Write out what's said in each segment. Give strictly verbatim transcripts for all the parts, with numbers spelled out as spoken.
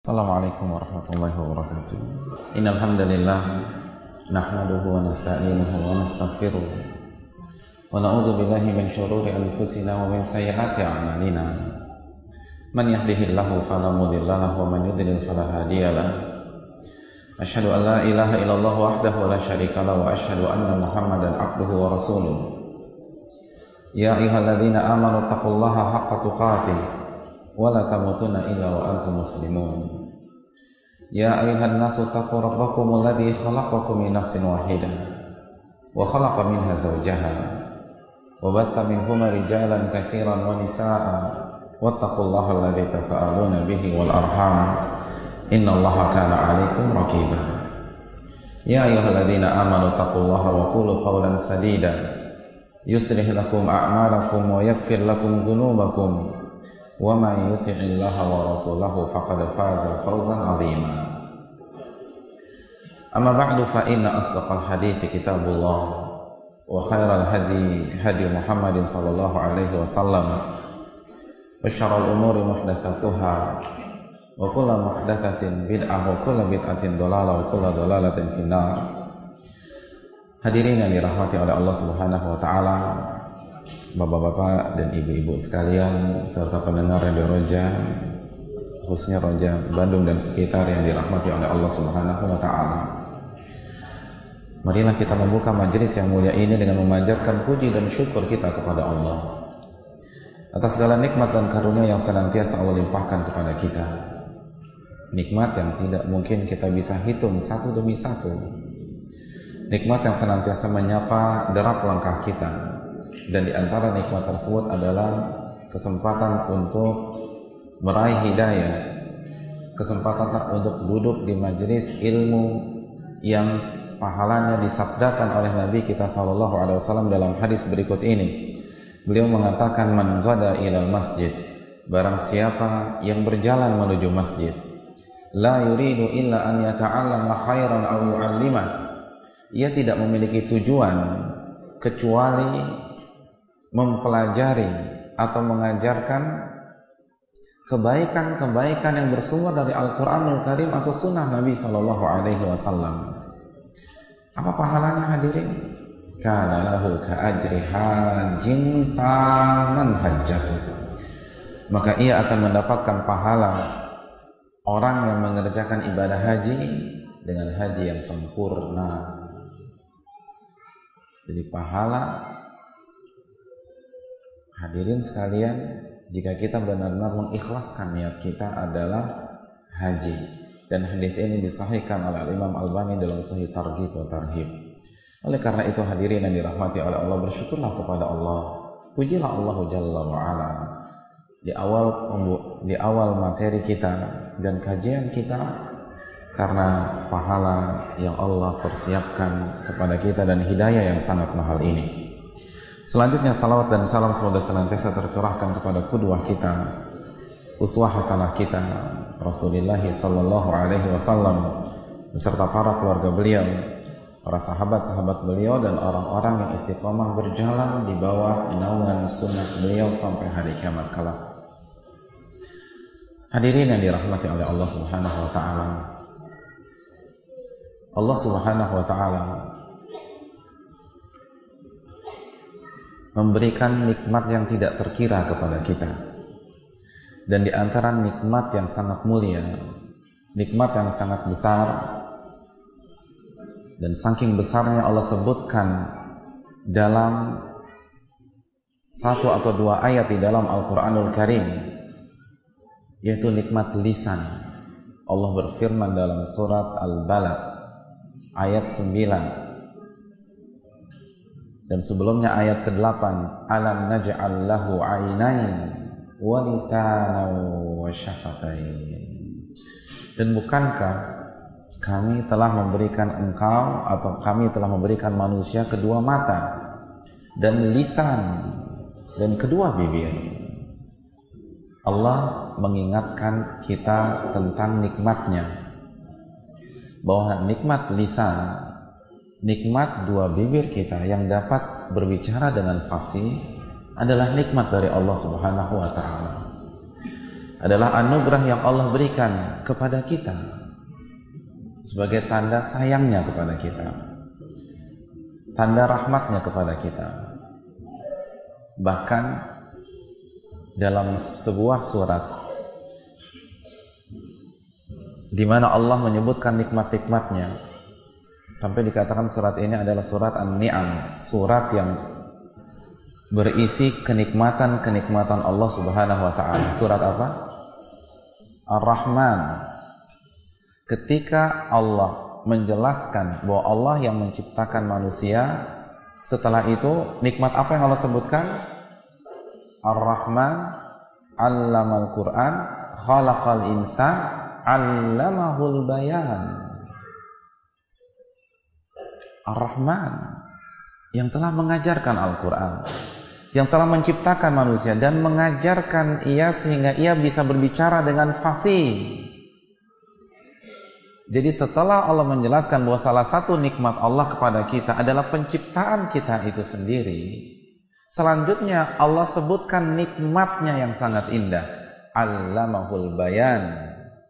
Assalamualaikum warahmatullahi wabarakatuh. Innal hamdalillah nahmaduhu wa nasta'inuhu wa nastaghfiruh wa na'udzu billahi min shururi anfusina wa min sayyiati a'malina. Man yahdihillahu fala mudilla lahu wa man yudlil fala hadiya lahu. Asyhadu an la ilaha illallah wahdahu la syarika lahu wa asyhadu anna Muhammadan abduhu wa rasuluh. Ya ayyuhalladzina amanu taqullaha haqqa tuqatih wa la tamutunna illa wa antum muslimun. Ya ayyuhan nasu taqu rabbakumul ladzi khalaqakum min nafsin wahidah wa khalaqa minha zawjaha wa batha minhuma rijalan katsiran wa nisaa'a wattaqullaha alladzi tasaaluna bihi wal arham innallaha kana 'alaikum raqiba. Ya ayyuhalladzina amanu taqullaha wa qulu qawlan sadida yuslih lakum a'malakum wa yaghfir lakum dhunubakum wa man yuti'illaha wa rasulahu faqad faza fawzan 'azima. Amma ba'du fa inna asdaqal hadithi kitabullah wa khairal hadi hadi Muhammadin sallallahu alaihi wasallam wa syarrul umuri muhdatsatuha wa kullu muhdatsatin bid'ah wa kullu bid'atin dhalalah wa kullu dhalalatin finnar. Hadirin yang dirahmati oleh Allah Subhanahu wa taala, Bapak-bapak dan ibu-ibu sekalian serta pendengar Radio Roja, khususnya Roja Bandung dan sekitar yang dirahmati oleh Allah Subhanahu wa taala. Marilah kita membuka majelis yang mulia ini dengan memanjatkan puji dan syukur kita kepada Allah atas segala nikmat dan karunia yang senantiasa Allah limpahkan kepada kita. Nikmat yang tidak mungkin kita bisa hitung satu demi satu. Nikmat yang senantiasa menyapa derap langkah kita. Dan di antara nikmat tersebut adalah kesempatan untuk meraih hidayah, kesempatan untuk duduk di majelis ilmu yang pahalanya disabdakan oleh Nabi kita sallallahu alaihi wasallam dalam hadis berikut ini. Beliau mengatakan, man ghada ilal masjid, barang siapa yang berjalan menuju masjid, la yuridu illa an yata'allama khairan aw yu'allimah, ia tidak memiliki tujuan kecuali mempelajari atau mengajarkan kebaikan-kebaikan yang bersumber dari Al-Quranul Karim atau Sunnah Nabi Sallallahu Alaihi Wasallam. Apa pahalanya hadirin? Kana lahu ka'ajri hajin taman hajjatu. Maka ia akan mendapatkan pahala orang yang mengerjakan ibadah haji dengan haji yang sempurna. Jadi pahala, hadirin sekalian, jika kita benar-benar mengikhlaskan niat kita adalah haji. Dan hadis ini disahihkan oleh Imam Albani dalam Sahih Targhib wa Tarhib. Oleh karena itu hadirin yang dirahmati oleh Allah, bersyukurlah kepada Allah. Pujilah Allah Jalla wa Ala. Di awal di awal materi kita dan kajian kita, karena pahala yang Allah persiapkan kepada kita dan hidayah yang sangat mahal ini. Selanjutnya salawat dan salam semoga senantiasa tercurahkan kepada qudwah kita, uswah hasanah kita, Rasulullah sallallahu alaihi wasallam beserta para keluarga beliau, para sahabat-sahabat beliau dan orang-orang yang istiqomah berjalan di bawah naungan sunnah beliau sampai hari kiamat kelak. Hadirin yang dirahmati oleh Allah Subhanahu wa taala. Allah Subhanahu wa taala memberikan nikmat yang tidak terkira kepada kita. Dan di antara nikmat yang sangat mulia, nikmat yang sangat besar, dan saking besarnya Allah sebutkan dalam satu atau dua ayat di dalam Al-Quranul Karim, yaitu nikmat lisan. Allah berfirman dalam surat Al-Balad ayat sembilan. Dan sebelumnya ayat kedelapan, alam naj'al lahu 'ainain wa lisanan wa syafatain. Dan bukankah kami telah memberikan engkau atau kami telah memberikan manusia kedua mata dan lisan dan kedua bibir. Allah mengingatkan kita tentang nikmatnya, bahwa nikmat lisan, nikmat dua bibir kita yang dapat berbicara dengan fasih adalah nikmat dari Allah Subhanahu wa taala. adalah anugerah yang Allah berikan kepada kita sebagai tanda sayangnya kepada kita, tanda rahmatnya kepada kita. Bahkan dalam sebuah surat di mana Allah menyebutkan nikmat-nikmatnya, sampai dikatakan surat ini adalah surat An-Ni'am, surat yang berisi kenikmatan-kenikmatan Allah Subhanahu wa taala. Surat apa? Ar-Rahman. Ketika Allah menjelaskan bahwa Allah yang menciptakan manusia, setelah itu nikmat apa yang Allah sebutkan? Ar-Rahman 'allamal Qur'an, khalaqal insan, 'allamahul bayan. Ar-Rahman yang telah mengajarkan Al-Quran, yang telah menciptakan manusia dan mengajarkan ia sehingga ia bisa berbicara dengan fasih. Jadi setelah Allah menjelaskan bahwa salah satu nikmat Allah kepada kita adalah penciptaan kita itu sendiri, selanjutnya Allah sebutkan nikmatnya yang sangat indah, Allamahul bayan.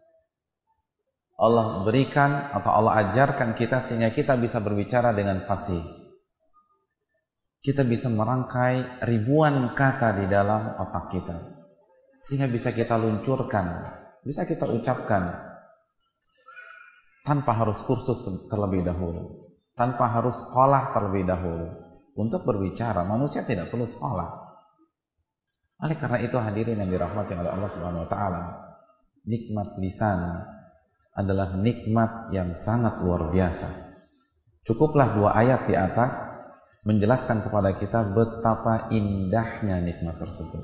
Allah berikan atau Allah ajarkan kita sehingga kita bisa berbicara dengan fasih. Kita bisa merangkai ribuan kata di dalam otak kita, sehingga bisa kita luncurkan, bisa kita ucapkan tanpa harus kursus terlebih dahulu, tanpa harus sekolah terlebih dahulu. Untuk berbicara, manusia tidak perlu sekolah. Oleh karena itu, hadirin yang dirahmati oleh Allah Subhanahu wa taala, nikmat lisan adalah nikmat yang sangat luar biasa. Cukuplah dua ayat di atas menjelaskan kepada kita betapa indahnya nikmat tersebut.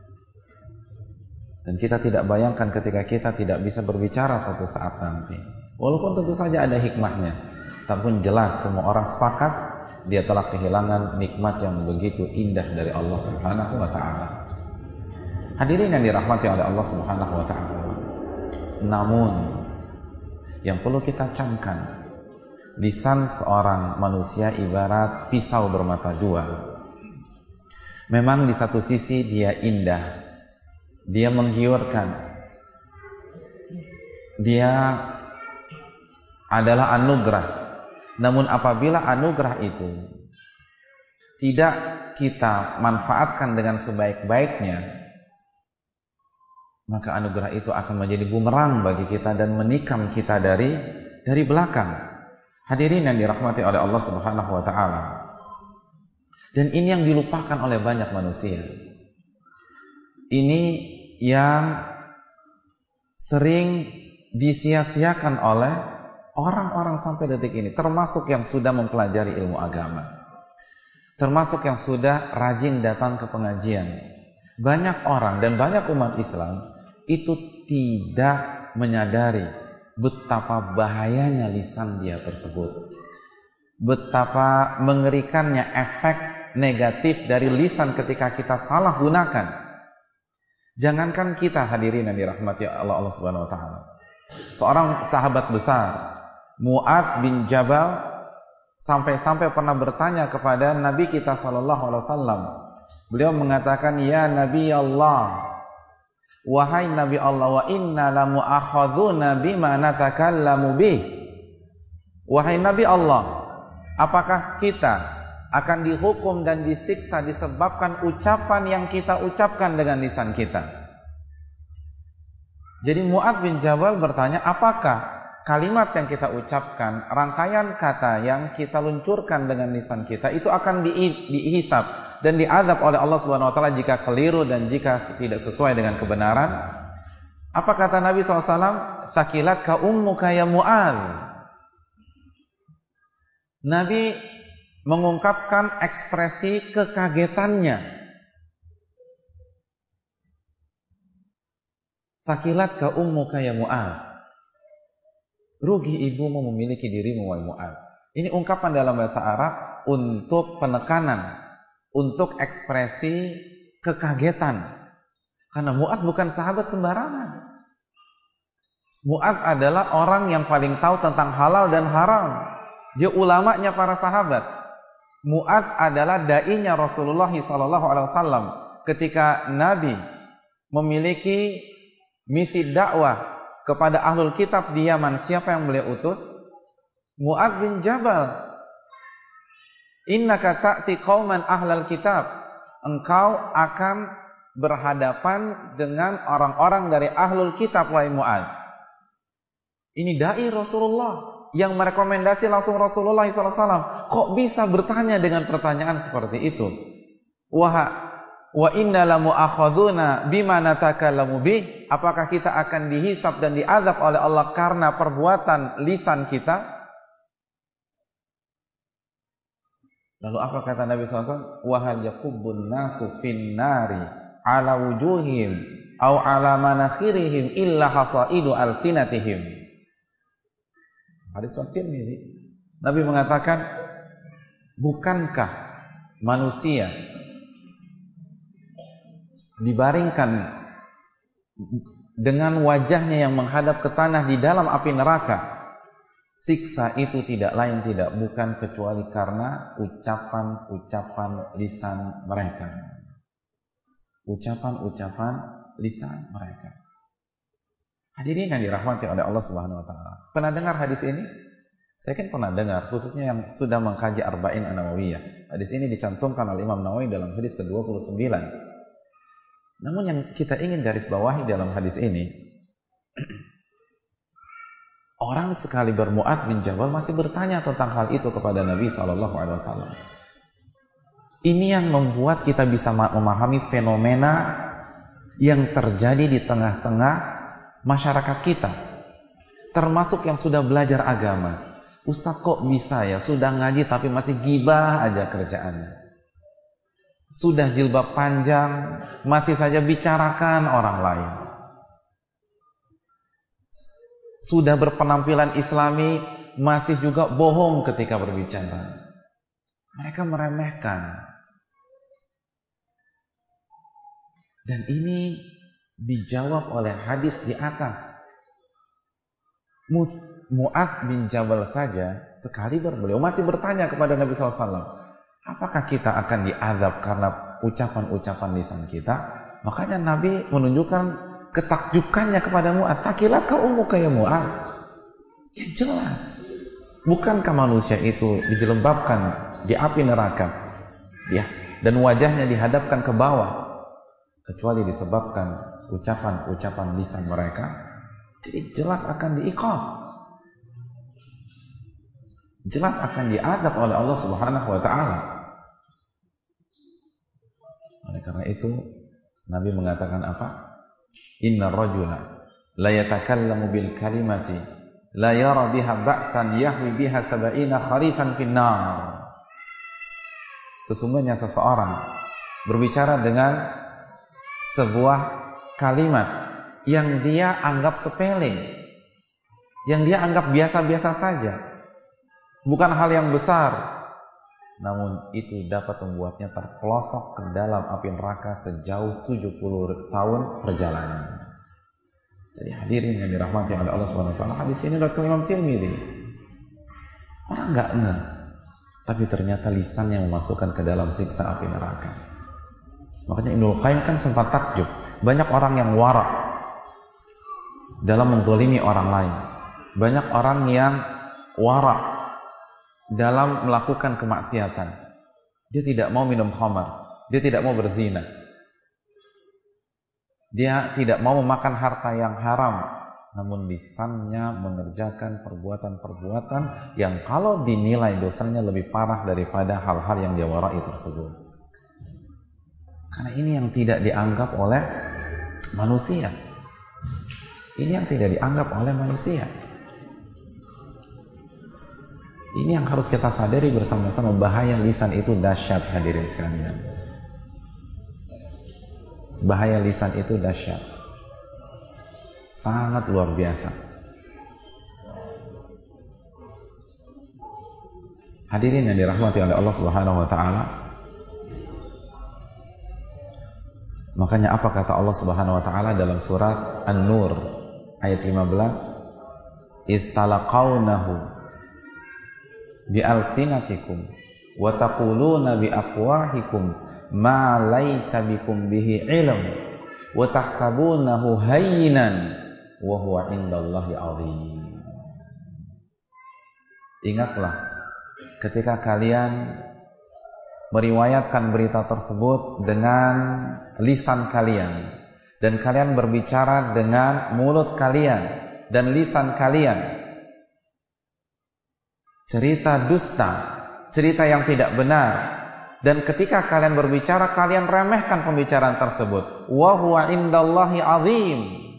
Dan kita tidak bayangkan ketika kita tidak bisa berbicara suatu saat nanti. Walaupun tentu saja ada hikmahnya, tapi jelas semua orang sepakat dia telah kehilangan nikmat yang begitu indah dari Allah Subhanahu wa taala. Hadirin yang dirahmati oleh Allah Subhanahu wa taala. Namun yang perlu kita camkan, lisan seorang manusia ibarat pisau bermata dua. Memang di satu sisi dia indah, dia menggiurkan, dia adalah anugerah. Namun apabila anugerah itu tidak kita manfaatkan dengan sebaik-baiknya, maka anugerah itu akan menjadi bumerang bagi kita dan menikam kita dari dari belakang. Hadirin yang dirahmati oleh Allah Subhanahu wa taala. Dan ini yang dilupakan oleh banyak manusia. Ini yang sering disia-siakan oleh orang-orang sampai detik ini, termasuk yang sudah mempelajari ilmu agama, termasuk yang sudah rajin datang ke pengajian. Banyak orang dan banyak umat Islam itu tidak menyadari betapa bahayanya lisan dia tersebut, betapa mengerikannya efek negatif dari lisan ketika kita salah gunakan. Jangankan kita, hadirin yang dirahmati Allah, Allah Subhanahu wa taala. Seorang sahabat besar, Mu'adz bin Jabal, sampai-sampai pernah bertanya kepada Nabi kita sallallahu alaihi wasallam. Beliau mengatakan, "Ya Nabi Allah, wahai Nabi Allah, wa inna lamu'akhadzuna bima natakallamu bih." Wahai Nabi Allah, apakah kita akan dihukum dan disiksa disebabkan ucapan yang kita ucapkan dengan lisan kita? Jadi Mu'adz bin Jabal bertanya, apakah kalimat yang kita ucapkan, rangkaian kata yang kita luncurkan dengan lisan kita itu akan di, dihisab dan diazab oleh Allah Subhanahu wa taala jika keliru dan jika tidak sesuai dengan kebenaran? Apa kata Nabi shallallahu alaihi wasallam? Thaqilatka ummuka ya Mu'adz. Nabi mengungkapkan ekspresi kekagetannya. Thaqilatka ummuka ya Mu'adz. Rugi ibumu memiliki dirimu wahai Mu'adz. Ini ungkapan dalam bahasa Arab untuk penekanan, untuk ekspresi kekagetan. Karena Mu'adz bukan sahabat sembarangan. Mu'adz adalah orang yang paling tahu tentang halal dan haram. Dia ulamanya para sahabat. Mu'adz adalah dai-nya Rasulullah sallallahu alaihi wasallam. Ketika Nabi memiliki misi dakwah kepada ahlul kitab di Yaman, siapa yang beliau utus? Mu'adz bin Jabal. Innaka ta'ti qauman ahlal kitab. Engkau akan berhadapan dengan orang-orang dari ahlul kitab, wahai Mu'adz. Ini dai Rasulullah yang merekomendasi langsung Rasulullah shallallahu alaihi wasallam. Kok bisa bertanya dengan pertanyaan seperti itu? Wah, wa inna lamu'akhadzuna bima natakallamu bih. Apakah kita akan dihisab dan diazab oleh Allah karena perbuatan lisan kita? Lalu apa kata Nabi shallallahu alaihi wasallam? Wa hal yakubbun nasu fin nari ala wujuhim au ala manakhirihim illa hasaidu alsinatihim. Hadis sahih ini. Nabi mengatakan, bukankah manusia dibaringkan dengan wajahnya yang menghadap ke tanah di dalam api neraka? Siksa itu tidak lain tidak bukan kecuali karena ucapan-ucapan lisan mereka. Ucapan-ucapan lisan mereka. Hadirin yang dirahmati oleh Allah Subhanahu wa taala. Pernah dengar hadis ini? Saya kan pernah dengar, khususnya yang sudah mengkaji Arba'in An-Nawawiyah. Hadis ini dicantumkan oleh Imam Nawawi dalam hadis ke dua puluh sembilan. Namun yang kita ingin garis bawahi dalam hadis ini, orang sekali bermu'ad bin Jabal masih bertanya tentang hal itu kepada Nabi shallallahu alaihi wasallam. Ini yang membuat kita bisa memahami fenomena yang terjadi di tengah-tengah masyarakat kita, termasuk yang sudah belajar agama. Ustaz, kok bisa ya sudah ngaji tapi masih gibah aja kerjaannya. Sudah jilbab panjang, masih saja bicarakan orang lain. Sudah berpenampilan islami, masih juga bohong ketika berbicara. Mereka meremehkan. Dan ini dijawab oleh hadis di atas. Mu'adz bin Jabal saja sekali beliau masih bertanya kepada Nabi shallallahu alaihi wasallam, apakah kita akan diazab karena ucapan-ucapan lisan kita? Makanya Nabi menunjukkan ketakjukannya kepada Mu'adz. Takilatka ummuka ya Mu'adz. Ya jelas. Bukankah manusia itu dijelembabkan di api neraka? Ya, dan wajahnya dihadapkan ke bawah kecuali disebabkan ucapan-ucapan lisan mereka. Jadi jelas akan diiqab. Jelas akan diazab oleh Allah Subhanahu wa taala. Oleh karena itu Nabi mengatakan apa? Inna rajula la yatakallamu bil kalimati la yara biha ba'san yahwi biha sab'ina kharifan finnar. Sesungguhnya seseorang berbicara dengan sebuah kalimat yang dia anggap sepele, yang dia anggap biasa-biasa saja, bukan hal yang besar, namun itu dapat membuatnya terpelosok ke dalam api neraka sejauh tujuh puluh tahun perjalanan. Jadi hadirin yang dirahmati oleh Allah Subhanahu wa taala, hadis ini dari Imam Tirmidzi. Orang enggak ngeh, tapi ternyata lisan yang memasukkan ke dalam siksa api neraka. Makanya Ibnu Qayyim kan sempat takjub, banyak orang yang wara dalam menzalimi orang lain. Banyak orang yang wara dalam melakukan kemaksiatan. Dia tidak mau minum khamar, dia tidak mau berzina, dia tidak mau memakan harta yang haram, namun lisannya mengerjakan perbuatan-perbuatan yang kalau dinilai dosanya lebih parah daripada hal-hal yang dia warai tersebut. Karena ini yang tidak dianggap oleh manusia. Ini yang tidak dianggap oleh manusia. Ini yang harus kita sadari bersama-sama, bahaya lisan itu dahsyat, hadirin sekalian. Bahaya lisan itu dahsyat. Sangat luar biasa. Hadirin yang dirahmati oleh Allah Subhanahu wa taala. Makanya apa kata Allah Subhanahu wa taala dalam surat An-Nur ayat lima belas? Ittalaqawnahu bi'alsinatikum wa taquluna biafwahikum ma laysa bikum bihi ilm wa tahsabunahu hayyinan wa huwa indallahi 'azim. Ingatlah ketika kalian meriwayatkan berita tersebut dengan lisan kalian dan kalian berbicara dengan mulut kalian dan lisan kalian, cerita dusta, cerita yang tidak benar, dan ketika kalian berbicara kalian remehkan pembicaraan tersebut, wa huwa indallahi 'azim.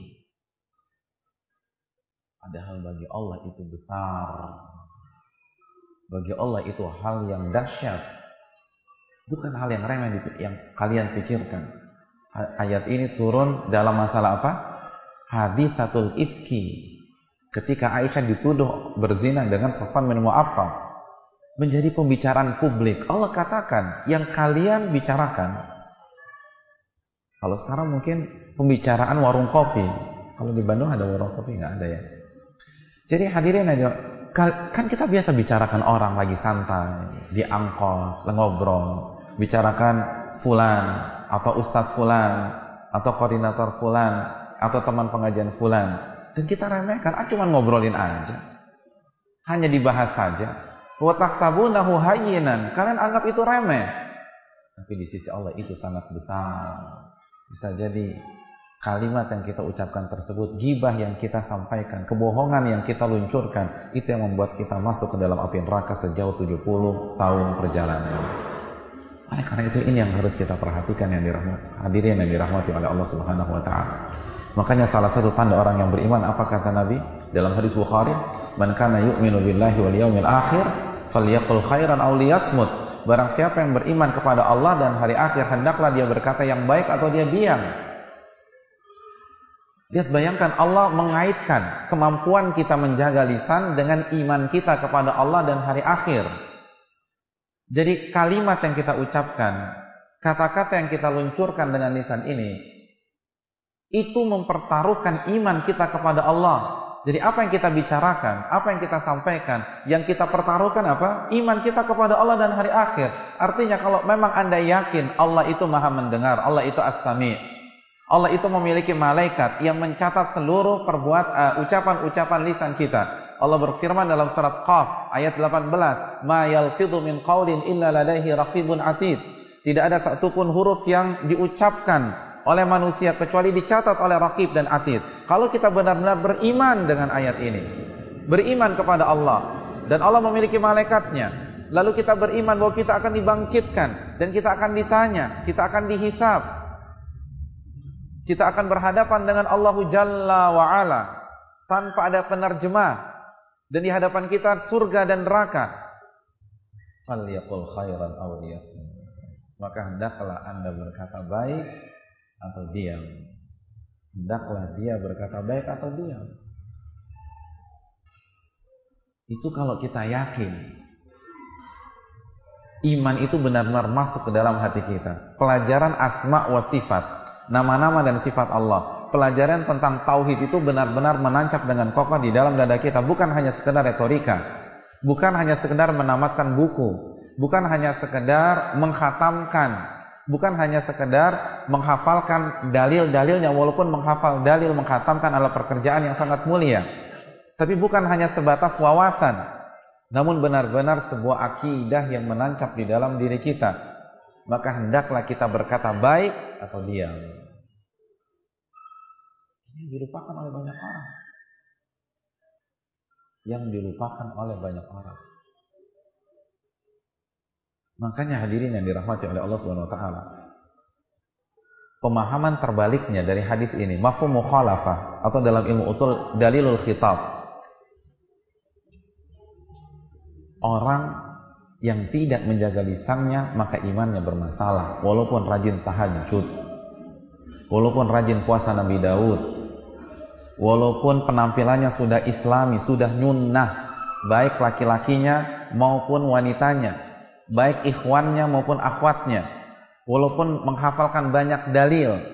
Padahal bagi Allah itu besar. Bagi Allah itu hal yang dahsyat, bukan hal yang remeh yang kalian pikirkan. Ayat ini turun dalam masalah apa? Haditsatul ifki. Ketika Aisyah dituduh berzina dengan Safwan bin Mu'attal, menjadi pembicaraan publik. Allah katakan yang kalian bicarakan. Kalau sekarang mungkin pembicaraan warung kopi. Kalau di Bandung ada warung kopi nggak ada ya? Jadi hadirin aja, kan kita biasa bicarakan orang lagi santai, di angkot, ngobrol, bicarakan fulan, atau ustadz fulan, atau koordinator fulan, atau teman pengajian fulan. Dan kita remehkan, ah cuma ngobrolin aja. Hanya dibahas saja. Wa tahsabunahu hayyinan, kalian anggap itu remeh. Tapi di sisi Allah itu sangat besar. Bisa jadi kalimat yang kita ucapkan tersebut, ghibah yang kita sampaikan, kebohongan yang kita luncurkan, itu yang membuat kita masuk ke dalam api neraka sejauh tujuh puluh tahun perjalanan. Oleh karena itu ini yang harus kita perhatikan, yang dirahmati hadirin yang dirahmati oleh Allah Subhanahu wa taala. Makanya salah satu tanda orang yang beriman, apa kata Nabi dalam hadis Bukhari, man kana yu'minu billahi wal yawmil akhir falyaqul khairan aw liyasmut. Barang siapa yang beriman kepada Allah dan hari akhir, hendaklah dia berkata yang baik atau dia diam. Lihat, bayangkan Allah mengaitkan kemampuan kita menjaga lisan dengan iman kita kepada Allah dan hari akhir. Jadi kalimat yang kita ucapkan, kata-kata yang kita luncurkan dengan lisan ini, itu mempertaruhkan iman kita kepada Allah. Jadi apa yang kita bicarakan, apa yang kita sampaikan, yang kita pertaruhkan apa? Iman kita kepada Allah dan hari akhir. Artinya kalau memang Anda yakin Allah itu maha mendengar, Allah itu as-sami', Allah itu memiliki malaikat yang mencatat seluruh perbuat uh, ucapan-ucapan lisan kita. Allah berfirman dalam surat Qaf ayat delapan belas, "Ma yalfidhu min qaulin illa ladaihi raqibun atid." Tidak ada satupun huruf yang diucapkan oleh manusia kecuali dicatat oleh Raqib dan Atid. Kalau kita benar-benar beriman dengan ayat ini, beriman kepada Allah dan Allah memiliki malaikatnya, lalu kita beriman bahwa kita akan dibangkitkan dan kita akan ditanya, kita akan dihisab, kita akan berhadapan dengan Allah Jalla wa'ala tanpa ada penerjemah, dan di hadapan kita surga dan neraka. Falyaqul khairan aw liyasmut. Maka hendaklah Anda berkata baik atau diam. Hendaklah dia berkata baik atau diam. Itu kalau kita yakin iman itu benar-benar masuk ke dalam hati kita. Pelajaran asma wa sifat, nama-nama dan sifat Allah, pelajaran tentang tauhid itu benar-benar menancap dengan kokoh di dalam dada kita. Bukan hanya sekedar retorika, bukan hanya sekedar menamatkan buku, bukan hanya sekedar menghatamkan, bukan hanya sekedar menghafalkan dalil-dalilnya. Walaupun menghafal dalil, menghatamkan adalah pekerjaan yang sangat mulia, tapi bukan hanya sebatas wawasan, namun benar-benar sebuah akidah yang menancap di dalam diri kita. Maka hendaklah kita berkata baik atau diam. Ini dilupakan oleh banyak orang. Yang dilupakan oleh banyak orang. Makanya hadirin yang dirahmati oleh Allah Subhanahu wa taala, pemahaman terbaliknya dari hadis ini, mafhum mukhalafah, atau dalam ilmu usul dalilul khitab. Orang yang tidak menjaga lisannya, maka imannya bermasalah. Walaupun rajin tahajud, walaupun rajin puasa Nabi Daud, walaupun penampilannya sudah islami, sudah nyunnah, baik laki-lakinya maupun wanitanya, baik ikhwannya maupun akhwatnya, walaupun menghafalkan banyak dalil,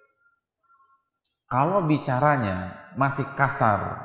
kalau bicaranya masih kasar,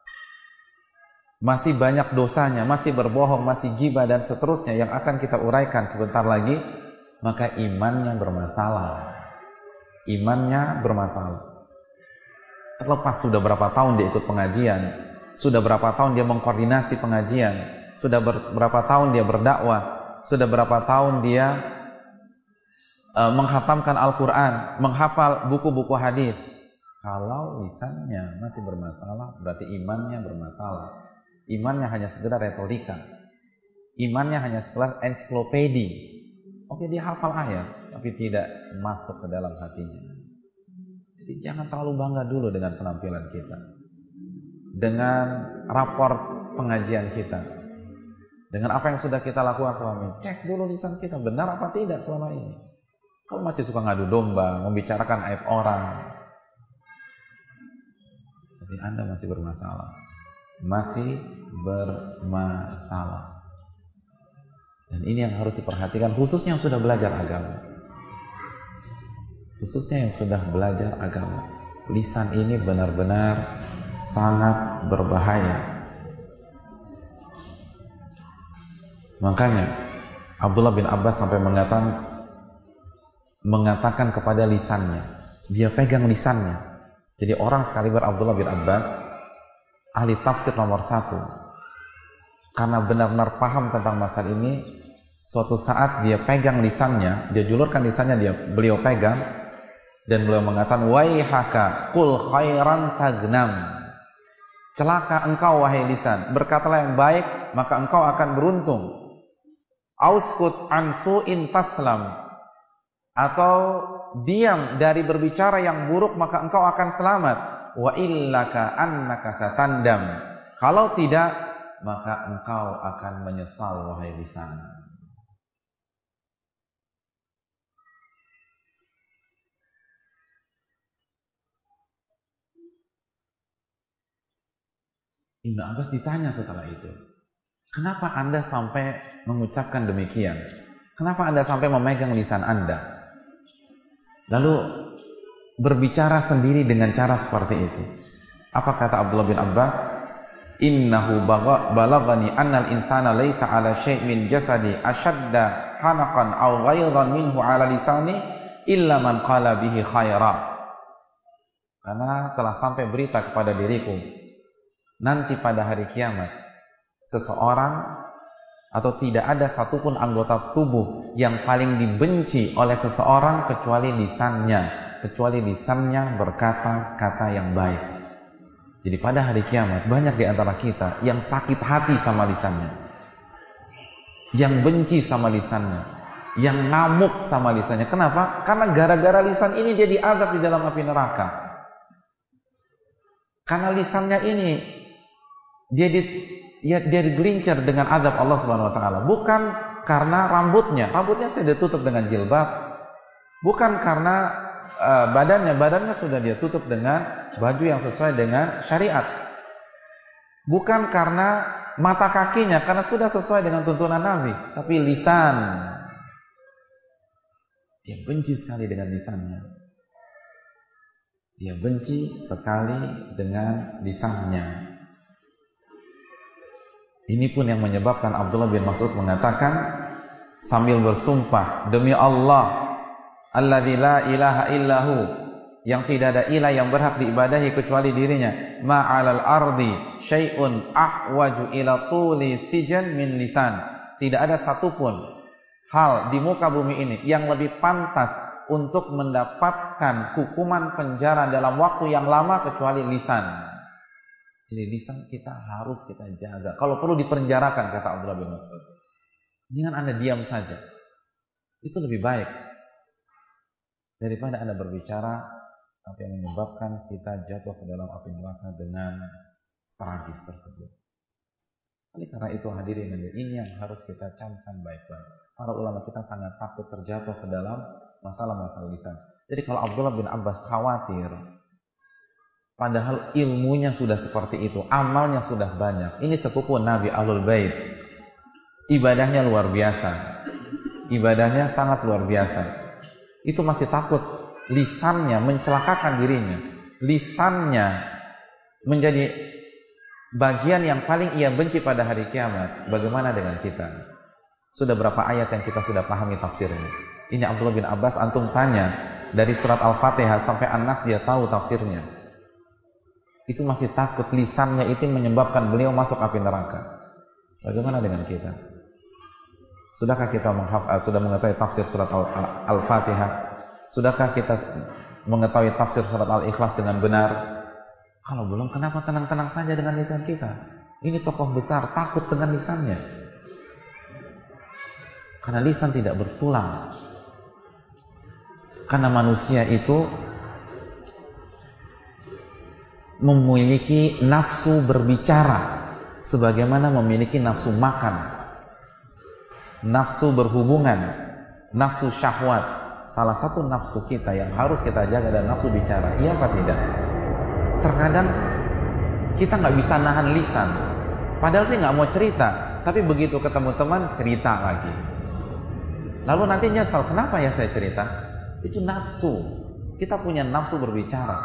masih banyak dosanya, masih berbohong, masih ghibah dan seterusnya yang akan kita uraikan sebentar lagi, maka imannya bermasalah. imannya bermasalah. Terlepas sudah berapa tahun dia ikut pengajian, sudah berapa tahun dia mengkoordinasi pengajian, sudah ber, berapa tahun dia berdakwah, sudah berapa tahun dia uh, menghatamkan Al-Quran, menghafal buku-buku hadis. Kalau lisannya masih bermasalah, berarti imannya bermasalah. Imannya hanya sekedar retorika, imannya hanya sekedar ensiklopedi. Oke, dia hafal ayat, tapi tidak masuk ke dalam hatinya. Jadi jangan terlalu bangga dulu dengan penampilan kita, dengan rapor pengajian kita, dengan apa yang sudah kita lakukan selama ini. Cek dulu lisan kita, benar apa tidak selama ini. Kalau masih suka ngadu domba, membicarakan aib orang, berarti Anda masih bermasalah. Masih bermasalah. Dan ini yang harus diperhatikan, khususnya yang sudah belajar agama. Khususnya yang sudah belajar agama. Lisan ini benar-benar sangat berbahaya. Makanya Abdullah bin Abbas sampai mengatakan mengatakan kepada lisannya, dia pegang lisannya. Jadi orang sekaliber Abdullah bin Abbas, ahli tafsir nomor satu, karena benar-benar paham tentang masalah ini, suatu saat dia pegang lisannya, dia julurkan lisannya, dia beliau pegang, dan beliau mengatakan, waihaka kul khairan tagnam. Celaka engkau wahai lisan, berkatalah yang baik maka engkau akan beruntung. Auskut an su'in taslam, atau diam dari berbicara yang buruk maka engkau akan selamat. Wa illaka annaka satandam, kalau tidak maka engkau akan menyesal wahai lisan. Ibnu Abbas ditanya setelah itu, kenapa Anda sampai mengucapkan demikian? Kenapa Anda sampai memegang lisan Anda? Lalu berbicara sendiri dengan cara seperti itu. Apa kata Abdullah bin Abbas? Innahu balagani annal insana laysa ala syai' min jasadi ashadda hanaqan aw ghayran minhu ala lisani illa man qala bihi khaira. Karena telah sampai berita kepada diriku, nanti pada hari kiamat seseorang atau tidak ada satupun anggota tubuh yang paling dibenci oleh seseorang kecuali lisannya, kecuali lisannya berkata-kata yang baik. Jadi pada hari kiamat banyak di antara kita yang sakit hati sama lisannya, yang benci sama lisannya, yang ngamuk sama lisannya. Kenapa? Karena gara-gara lisan ini dia diazab di dalam api neraka. Karena lisannya ini dia di, ya, dia digelincir dengan azab Allah Subhanahu wa taala, bukan karena rambutnya, rambutnya sudah ditutup dengan jilbab, bukan karena uh, badannya, badannya sudah dia tutup dengan baju yang sesuai dengan syariat, bukan karena mata kakinya, karena sudah sesuai dengan tuntunan Nabi, tapi lisan, dia benci sekali dengan lisannya, dia benci sekali dengan lisannya. Ini pun yang menyebabkan Abdullah bin Mas'ud mengatakan sambil bersumpah, demi Allah, alladzi la ilaha illahu, yang tidak ada ilah yang berhak diibadahi kecuali dirinya, ma'alal ardi syai'un ahwaju ila tuli sijan min lisan. Tidak ada satupun hal di muka bumi ini yang lebih pantas untuk mendapatkan hukuman penjara dalam waktu yang lama kecuali lisan. Jadi lisan kita harus kita jaga. Kalau perlu dipenjarakan, kata Abdullah bin Mas'ud, dengan Anda diam saja, itu lebih baik daripada Anda berbicara apa yang menyebabkan kita jatuh ke dalam api neraka dengan tragis tersebut. Oleh karena itu hadirin, ini yang harus kita camkan baik-baik. Para ulama kita sangat takut terjatuh ke dalam masalah-masalah lisan. Jadi kalau Abdullah bin Abbas khawatir, padahal ilmunya sudah seperti itu, amalnya sudah banyak. Ini sepupu Nabi Ahlul Bait, ibadahnya luar biasa, ibadahnya sangat luar biasa. Itu masih takut lisannya mencelakakan dirinya, lisannya menjadi bagian yang paling ia benci pada hari kiamat. Bagaimana dengan kita? Sudah berapa ayat yang kita sudah pahami tafsirnya? Ini Abdullah bin Abbas, antum tanya dari surat Al-Fatihah sampai An-Nas dia tahu tafsirnya, itu masih takut lisannya itu menyebabkan beliau masuk api neraka. Bagaimana dengan kita? Sudahkah kita menghafal, sudah mengetahui tafsir surat Al-Fatihah? Sudahkah kita mengetahui tafsir surat Al-Ikhlas dengan benar? Kalau belum, kenapa tenang-tenang saja dengan lisan kita? Ini tokoh besar, takut dengan lisannya. Karena lisan tidak bertulang. Karena manusia itu memiliki nafsu berbicara sebagaimana memiliki nafsu makan, nafsu berhubungan, nafsu syahwat. Salah satu nafsu kita yang harus kita jaga adalah nafsu bicara. Iya apa tidak? Terkadang kita nggak bisa nahan lisan, padahal sih nggak mau cerita, tapi begitu ketemu teman cerita lagi. Lalu nanti nyesal, kenapa ya saya cerita? Itu nafsu. Kita punya nafsu berbicara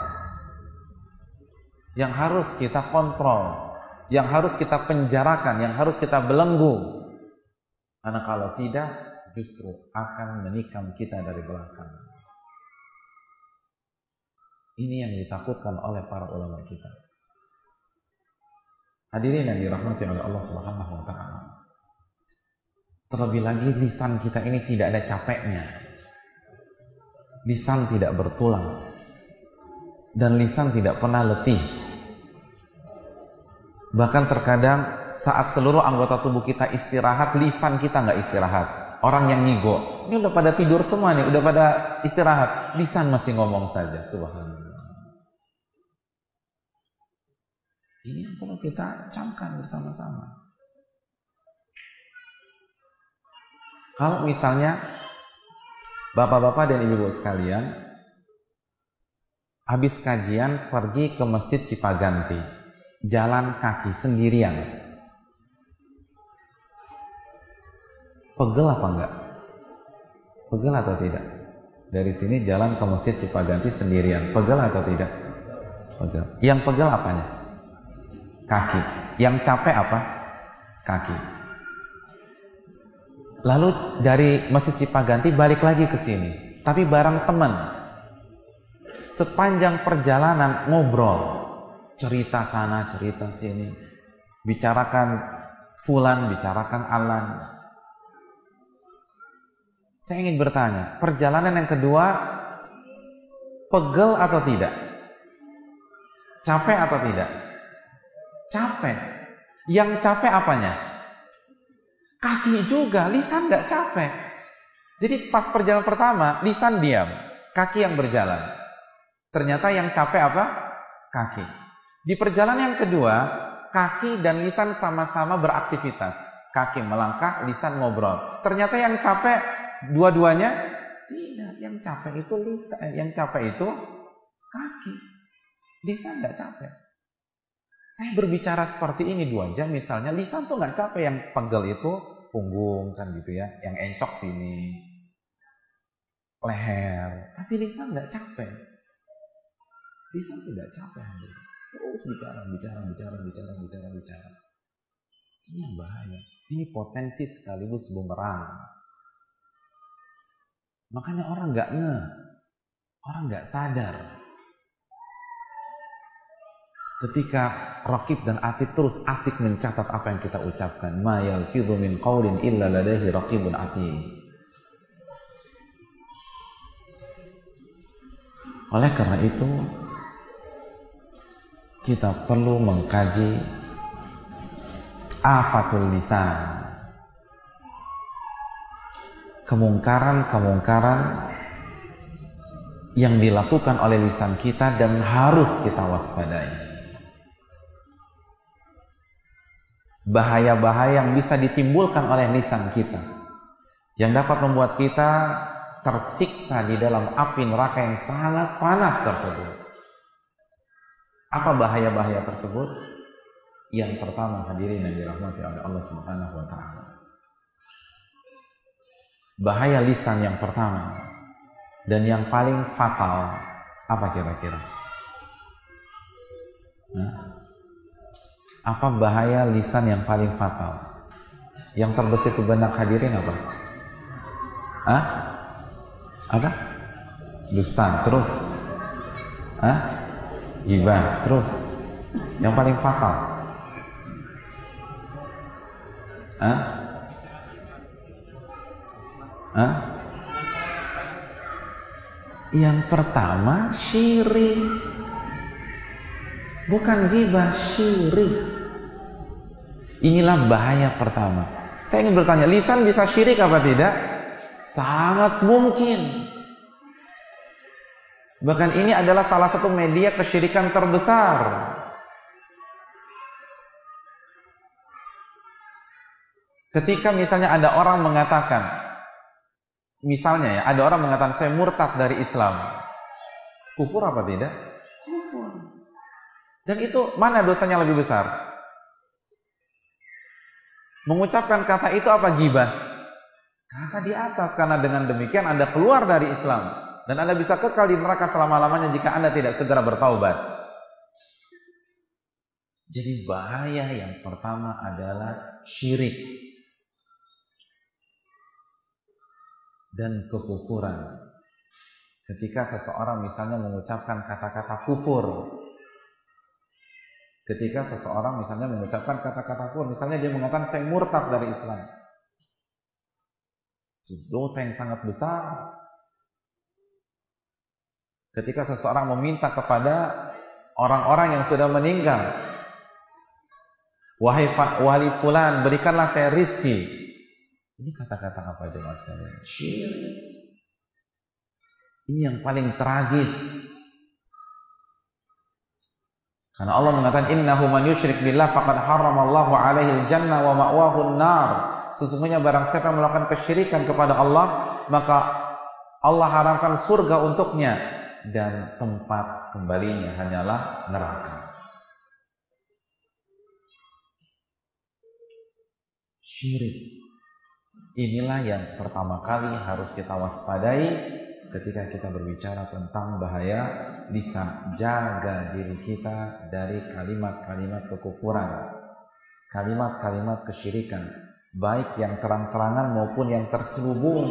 yang harus kita kontrol, yang harus kita penjarakan, yang harus kita belenggu. Karena kalau tidak, justru akan menikam kita dari belakang. Ini yang ditakutkan oleh para ulama kita. Hadirin yang dirahmati oleh Allah Subhanahu wa taala. Terlebih lagi lisan kita ini tidak ada capeknya. Lisan tidak bertulang. Dan lisan tidak pernah letih. Bahkan terkadang saat seluruh anggota tubuh kita istirahat, lisan kita nggak istirahat. Orang yang ngigo, ini udah pada tidur semua nih, udah pada istirahat, lisan masih ngomong saja. Subhanallah. Ini yang perlu kita camkan bersama-sama. Kalau misalnya bapak-bapak dan ibu-ibu sekalian habis kajian pergi ke Masjid Cipaganti, jalan kaki sendirian, pegel apa enggak? Pegel atau tidak? Dari sini jalan ke Masjid Cipaganti sendirian, pegel atau tidak? Pegel. Yang pegel apanya? Kaki. Yang capek apa? Kaki. Lalu dari Masjid Cipaganti balik lagi ke sini, tapi bareng teman. Sepanjang perjalanan ngobrol, cerita sana, cerita sini, bicarakan fulan, bicarakan alan. Saya ingin bertanya, perjalanan yang kedua pegel atau tidak? Capek atau tidak? Capek. Yang capek apanya? Kaki juga, lisan nggak capek. Jadi pas perjalanan pertama, lisan diam, kaki yang berjalan. Ternyata yang capek apa? Kaki. Di perjalanan yang kedua, kaki dan lisan sama-sama beraktivitas. Kaki melangkah, lisan ngobrol. Ternyata yang capek dua-duanya? Tidak, yang capek itu lisan, yang capek itu kaki. Lisan nggak capek. Saya berbicara seperti ini dua jam misalnya, lisan tuh nggak capek. Yang pegel itu punggung kan gitu ya, yang encok sini, leher. Tapi lisan nggak capek. Lisan tidak capek, terus bicara, bicara, bicara, bicara, bicara, bicara. Ini yang bahaya. Ini potensi sekaligus bumerang. Makanya orang nggak nge, orang nggak sadar. Ketika raqib dan atid terus asik mencatat apa yang kita ucapkan, ma yalfidhu min qaulin illa ladaihi raqibun atid. Oleh karena itu, kita perlu mengkaji afatul lisan, kemungkaran-kemungkaran yang dilakukan oleh lisan kita dan harus kita waspadai. Bahaya-bahaya yang bisa ditimbulkan oleh lisan kita, yang dapat membuat kita tersiksa di dalam api neraka yang sangat panas tersebut. Apa bahaya-bahaya tersebut? Yang pertama, hadirin yang dirahmati oleh Allah Subhanahu wa taala. Bahaya lisan yang pertama dan yang paling fatal apa kira-kira? Nah, apa bahaya lisan yang paling fatal? Yang terbesit di benak hadirin apa? Hah? Apa? dusta, terus Hah? Ghibah, terus yang paling fatal Hah? Hah? Yang pertama syirik, bukan ghibah, syirik. Inilah bahaya pertama. Saya ingin bertanya, lisan bisa syirik apa tidak? Sangat mungkin. Bahkan ini adalah salah satu media kesyirikan terbesar. Ketika misalnya ada orang mengatakan, misalnya ya, ada orang mengatakan saya murtad dari Islam, kufur apa tidak? Kufur. Dan itu mana dosanya lebih besar? Mengucapkan kata itu apa ghibah? Kata di atas, karena dengan demikian Anda keluar dari Islam. Dan Anda bisa kekal di neraka selama-lamanya jika Anda tidak segera bertaubat. Jadi bahaya yang pertama adalah syirik dan kekufuran. Ketika seseorang misalnya mengucapkan kata-kata kufur, ketika seseorang misalnya mengucapkan kata-kata kufur, misalnya dia mengatakan saya murtad dari Islam, itu dosa yang sangat besar. Ketika seseorang meminta kepada orang-orang yang sudah meninggal, wahai wali fulan, berikanlah saya rizki. Ini kata-kata apa jemaah sekalian? Syirik. Ini yang paling tragis. Karena Allah mengatakan innahu man yusyrik billah faqad harramallahu alaihi al-jannah wa ma'wahu an-nar. Sesungguhnya barang siapa yang melakukan kesyirikan kepada Allah, maka Allah haramkan surga untuknya dan tempat kembalinya hanyalah neraka. Syirik. Inilah yang pertama kali harus kita waspadai ketika kita berbicara tentang bahaya lisan. Jaga diri kita dari kalimat-kalimat kekufuran, kalimat-kalimat kesyirikan, baik yang terang-terangan maupun yang terselubung.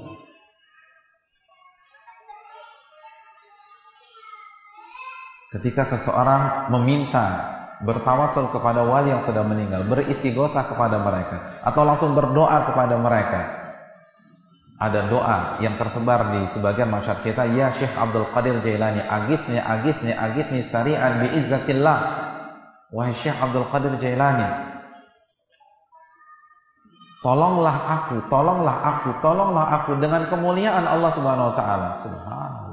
Ketika seseorang meminta, bertawasul kepada wali yang sudah meninggal, beristighotsah kepada mereka, atau langsung berdoa kepada mereka. Ada doa yang tersebar di sebagian masyarakat kita, ya Syekh Abdul Qadir Jailani, agitni, agitni, agitni sari'an biizzatillah. Wahai Syekh Abdul Qadir Jailani, tolonglah aku, tolonglah aku, tolonglah aku dengan kemuliaan Allah Subhanahu wa taala. Subhanallah.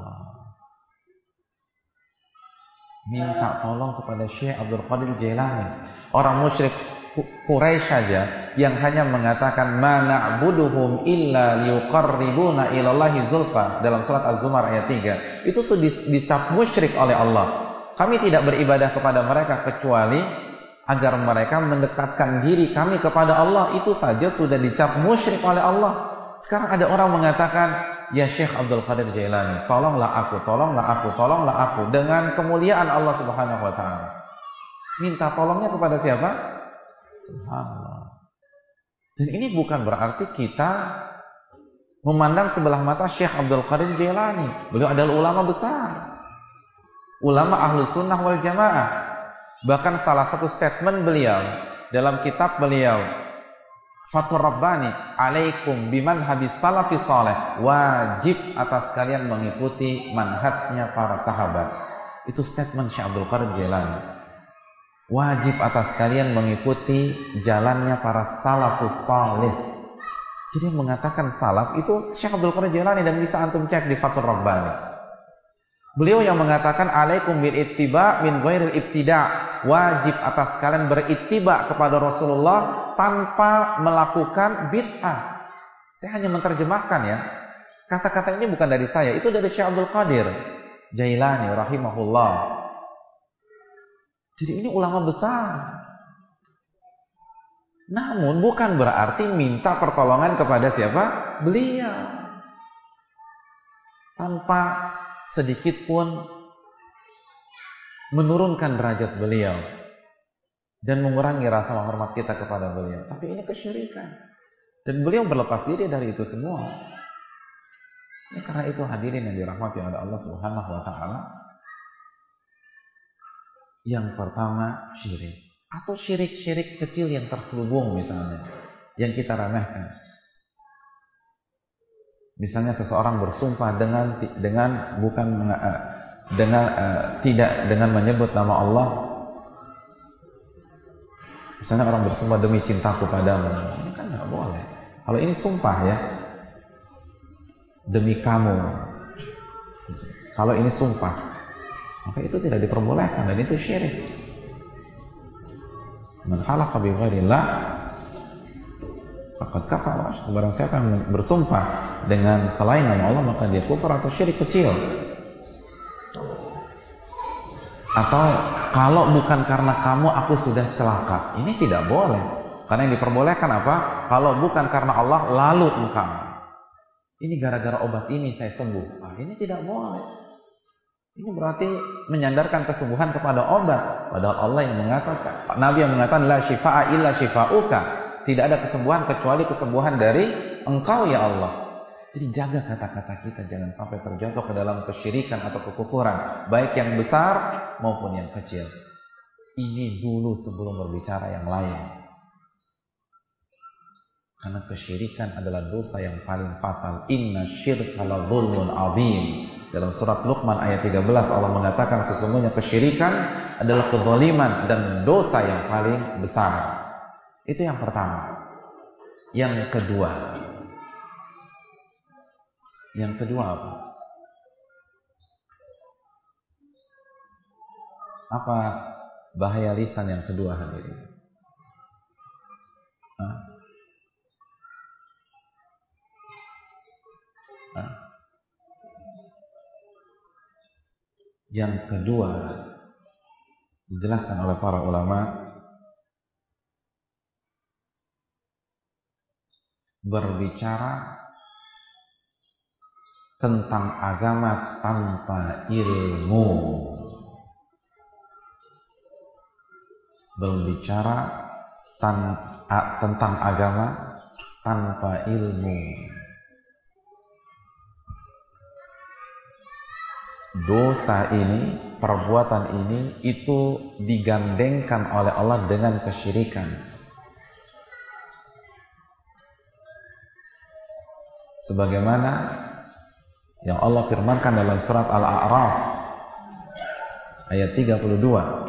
Minta tolong kepada Syekh Abdul Qadir Jailani, orang musyrik Quraisy saja yang hanya mengatakan ma na'buduhum illa liqarribuna ilallahi zulfa dalam surat Az-Zumar ayat tiga. Itu sudah dicap musyrik oleh Allah. Kami tidak beribadah kepada mereka kecuali agar mereka mendekatkan diri kami kepada Allah. Itu saja sudah dicap musyrik oleh Allah. Sekarang ada orang mengatakan, ya Syekh Abdul Qadir Jailani, tolonglah aku, tolonglah aku, tolonglah aku dengan kemuliaan Allah Subhanahu wa taala. Minta tolongnya kepada siapa? Subhanallah. Dan ini bukan berarti kita memandang sebelah mata Syekh Abdul Qadir Jailani. Beliau adalah ulama besar, ulama ahlu sunnah wal jamaah. Bahkan salah satu statement beliau dalam kitab beliau Fathur Rabbani, alaikum biman habis salafi saleh, wajib atas kalian mengikuti manhajnya para sahabat. Itu statement Syekh Abdul Qadir Jailani. Wajib atas kalian mengikuti jalannya para salafus salih. Jadi yang mengatakan salaf itu Syekh Abdul Qadir Jailani, dan bisa antum cek di Fathur Rabbani. Beliau yang mengatakan alaikum bil ittiba min ghairil ibtida. Wajib atas kalian berittiba kepada Rasulullah tanpa melakukan bid'ah. Saya hanya menerjemahkan ya. Kata-kata ini bukan dari saya, itu dari Syekh Abdul Qadir Jailani rahimahullah. Jadi ini ulama besar. Namun bukan berarti minta pertolongan kepada siapa? Beliau. Tanpa sedikit pun menurunkan derajat beliau dan mengurangi rasa hormat kita kepada beliau. Tapi ini kesyirikan. Dan beliau berlepas diri dari itu semua. Ya, karena itu hadirin yang dirahmati oleh Allah Subhanahu wa taala. Yang pertama syirik, atau syirik-syirik kecil yang terselubung misalnya, yang kita remehkan. Misalnya seseorang bersumpah dengan dengan bukan dengan uh, tidak dengan menyebut nama Allah. Misalnya orang bersumpah demi cintaku padamu, ini kan nggak boleh. Kalau ini sumpah ya, demi kamu. Kalau ini sumpah, maka itu tidak diperbolehkan dan itu syirik. Man halafa bi ghairillah faqad kafara. Barang siapa yang bersumpah dengan selain nama Allah, maka dia kufur atau syirik kecil. Atau kalau bukan karena kamu aku sudah celaka, ini tidak boleh. Karena yang diperbolehkan apa? Kalau bukan karena Allah lalu engkau, ini gara-gara obat ini saya sembuh. Ah, ini tidak boleh. Ini berarti menyandarkan kesembuhan kepada obat. Padahal Allah yang mengatakan, Nabi yang mengatakan la syifaa illa syifauka. Tidak ada kesembuhan kecuali kesembuhan dari engkau ya Allah. Jadi jaga kata-kata kita, jangan sampai terjatuh ke dalam kesyirikan atau kekufuran, baik yang besar maupun yang kecil. Ini dulu sebelum berbicara yang lain. Karena kesyirikan adalah dosa yang paling fatal. Inna syirka la dzulmun adzim. Dalam surat Luqman ayat tiga belas Allah mengatakan sesungguhnya kesyirikan adalah kezaliman dan dosa yang paling besar. Itu yang pertama. Yang kedua. Yang kedua apa? Apa bahaya lisan yang kedua hadirin? Hah? Hah? Yang kedua dijelaskan oleh para ulama, berbicara tentang agama tanpa ilmu. Berbicara tan a, tentang agama tanpa ilmu. Dosa ini, perbuatan ini itu digandengkan oleh Allah dengan kesyirikan. Sebagaimana yang Allah firmankan dalam surat Al-A'raf ayat tiga puluh dua.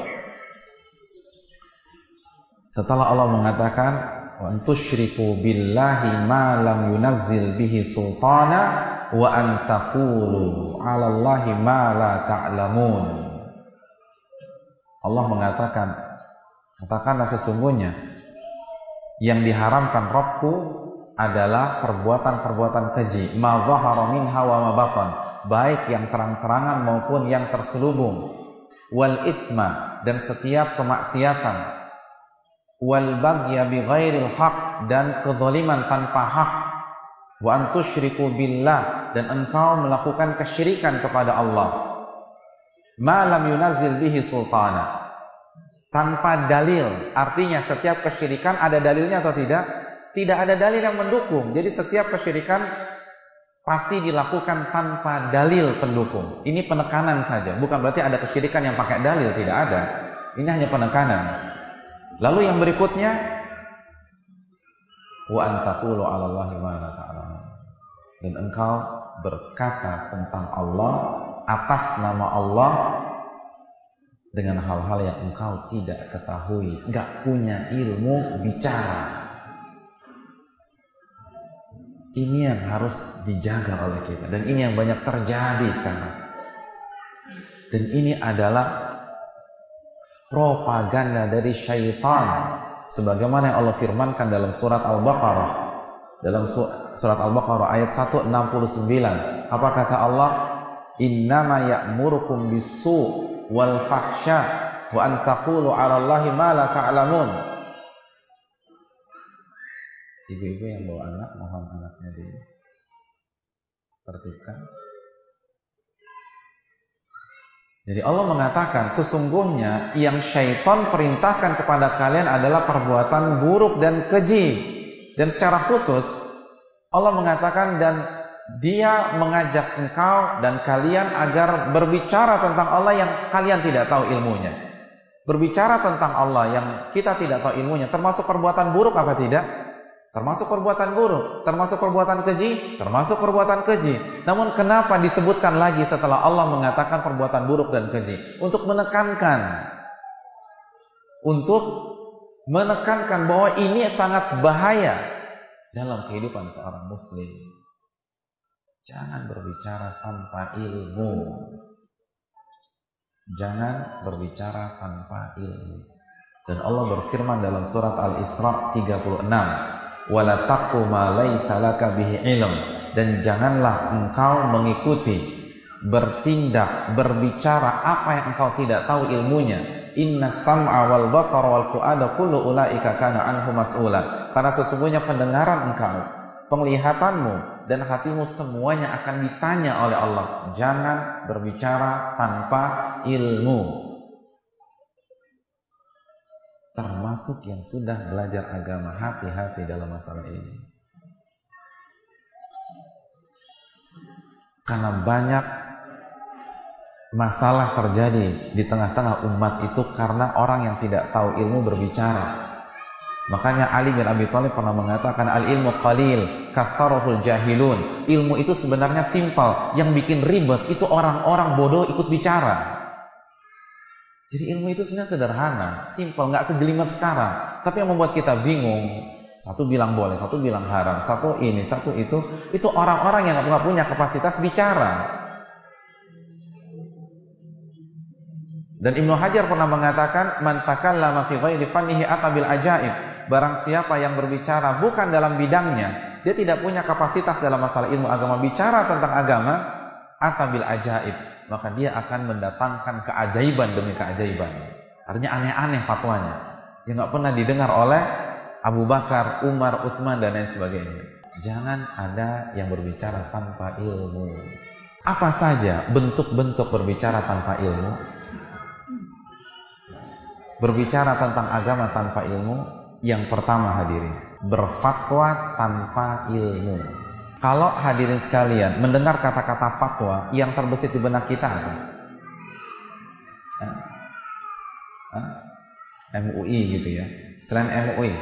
Setelah Allah mengatakan wa antusyriku billahi ma lam yunazzil bihi sultana wa an taqulu 'ala Allahi ma la ta'lamun. Allah mengatakan, katakanlah sesungguhnya yang diharamkan Rabbku adalah perbuatan-perbuatan keji, ma dhahara minha wa ma batan, baik yang terang-terangan maupun yang terselubung, wal ithma, dan setiap kemaksiatan, wal baghya bi ghairil haq, dan kezaliman tanpa hak, wa antusyriku billah, dan engkau melakukan kesyirikan kepada Allah, ma lam yunazzil bihi sultana, tanpa dalil. Artinya setiap kesyirikan ada dalilnya atau tidak? Tidak ada dalil yang mendukung. Jadi setiap kesyirikan pasti dilakukan tanpa dalil pendukung. Ini penekanan saja, bukan berarti ada kesyirikan yang pakai dalil, tidak ada. Ini hanya penekanan. Lalu yang berikutnya, wa antaqulu 'ala Allahi ma la ta'lamun, dan engkau berkata tentang Allah atas nama Allah dengan hal-hal yang engkau tidak ketahui, enggak punya ilmu bicara. Ini yang harus dijaga oleh kita, dan ini yang banyak terjadi sekarang. Dan ini adalah propaganda dari syaitan, sebagaimana yang Allah firmankan dalam surat Al-Baqarah, dalam surat Al-Baqarah ayat seratus enam puluh sembilan. Apa kata Allah? Innama ya'murukum bis-su' wal fahsya wa an taqulu 'ala Allahi ma la ta'lamun. Ibu-ibu yang bawa anak, mohon anaknya ditertibkan. Jadi Allah mengatakan sesungguhnya yang syaitan perintahkan kepada kalian adalah perbuatan buruk dan keji. Dan secara khusus Allah mengatakan dan dia mengajak engkau dan kalian agar berbicara tentang Allah yang kalian tidak tahu ilmunya. Berbicara tentang Allah yang kita tidak tahu ilmunya termasuk perbuatan buruk apa tidak? Termasuk perbuatan buruk, termasuk perbuatan keji, termasuk perbuatan keji. Namun kenapa disebutkan lagi setelah Allah mengatakan perbuatan buruk dan keji? Untuk menekankan, untuk menekankan bahwa ini sangat bahaya dalam kehidupan seorang muslim. Jangan berbicara tanpa ilmu. Jangan berbicara tanpa ilmu. Dan Allah berfirman dalam surat Al-Isra tiga puluh enam, wala taqfu ma laysa laka bihi ilm, dan janganlah engkau mengikuti, bertindak, berbicara apa yang engkau tidak tahu ilmunya. Inna sam'a wal basara wal fu'ada kullu ulaika kana anhu mas'ula. Karena sesungguhnya pendengaran engkau, penglihatanmu dan hatimu semuanya akan ditanya oleh Allah. Jangan berbicara tanpa ilmu. Termasuk yang sudah belajar agama, hati-hati dalam masalah ini. Karena banyak masalah terjadi di tengah-tengah umat itu karena orang yang tidak tahu ilmu berbicara. Makanya Ali bin Abi Thalib pernah mengatakan, al-ilmu qalil katharuhul jahilun. Ilmu itu sebenarnya simpel, yang bikin ribet itu orang-orang bodoh ikut bicara. Jadi ilmu itu sebenarnya sederhana, simpel, nggak sejelimet sekarang. Tapi yang membuat kita bingung, satu bilang boleh, satu bilang haram, satu ini, satu itu, itu orang-orang yang nggak punya kapasitas bicara. Dan Ibnu Hajar pernah mengatakan, man takallama fi ghairi fannihi ata bil ajaib. Barang siapa yang berbicara bukan dalam bidangnya, dia tidak punya kapasitas dalam masalah ilmu agama, bicara tentang agama, ata bil ajaib, maka dia akan mendatangkan keajaiban demi keajaiban. Artinya aneh-aneh fatwanya yang nggak pernah didengar oleh Abu Bakar, Umar, Utsman dan lain sebagainya. Jangan ada yang berbicara tanpa ilmu. Apa saja bentuk-bentuk berbicara tanpa ilmu? Berbicara tentang agama tanpa ilmu. Yang pertama hadirin, berfatwa tanpa ilmu. Kalau hadirin sekalian mendengar kata-kata fatwa, yang terbesit di benak kita apa? Hah? Hah? M U I gitu ya. Selain M U I,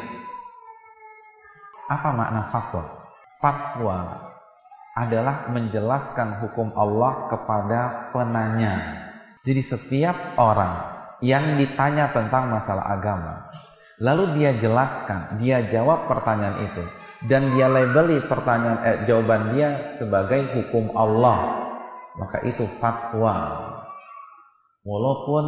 apa makna fatwa? Fatwa adalah menjelaskan hukum Allah kepada penanya. Jadi setiap orang yang ditanya tentang masalah agama, lalu dia jelaskan, dia jawab pertanyaan itu, dan dia labeli pertanyaan eh, jawaban dia sebagai hukum Allah, maka itu fatwa. Walaupun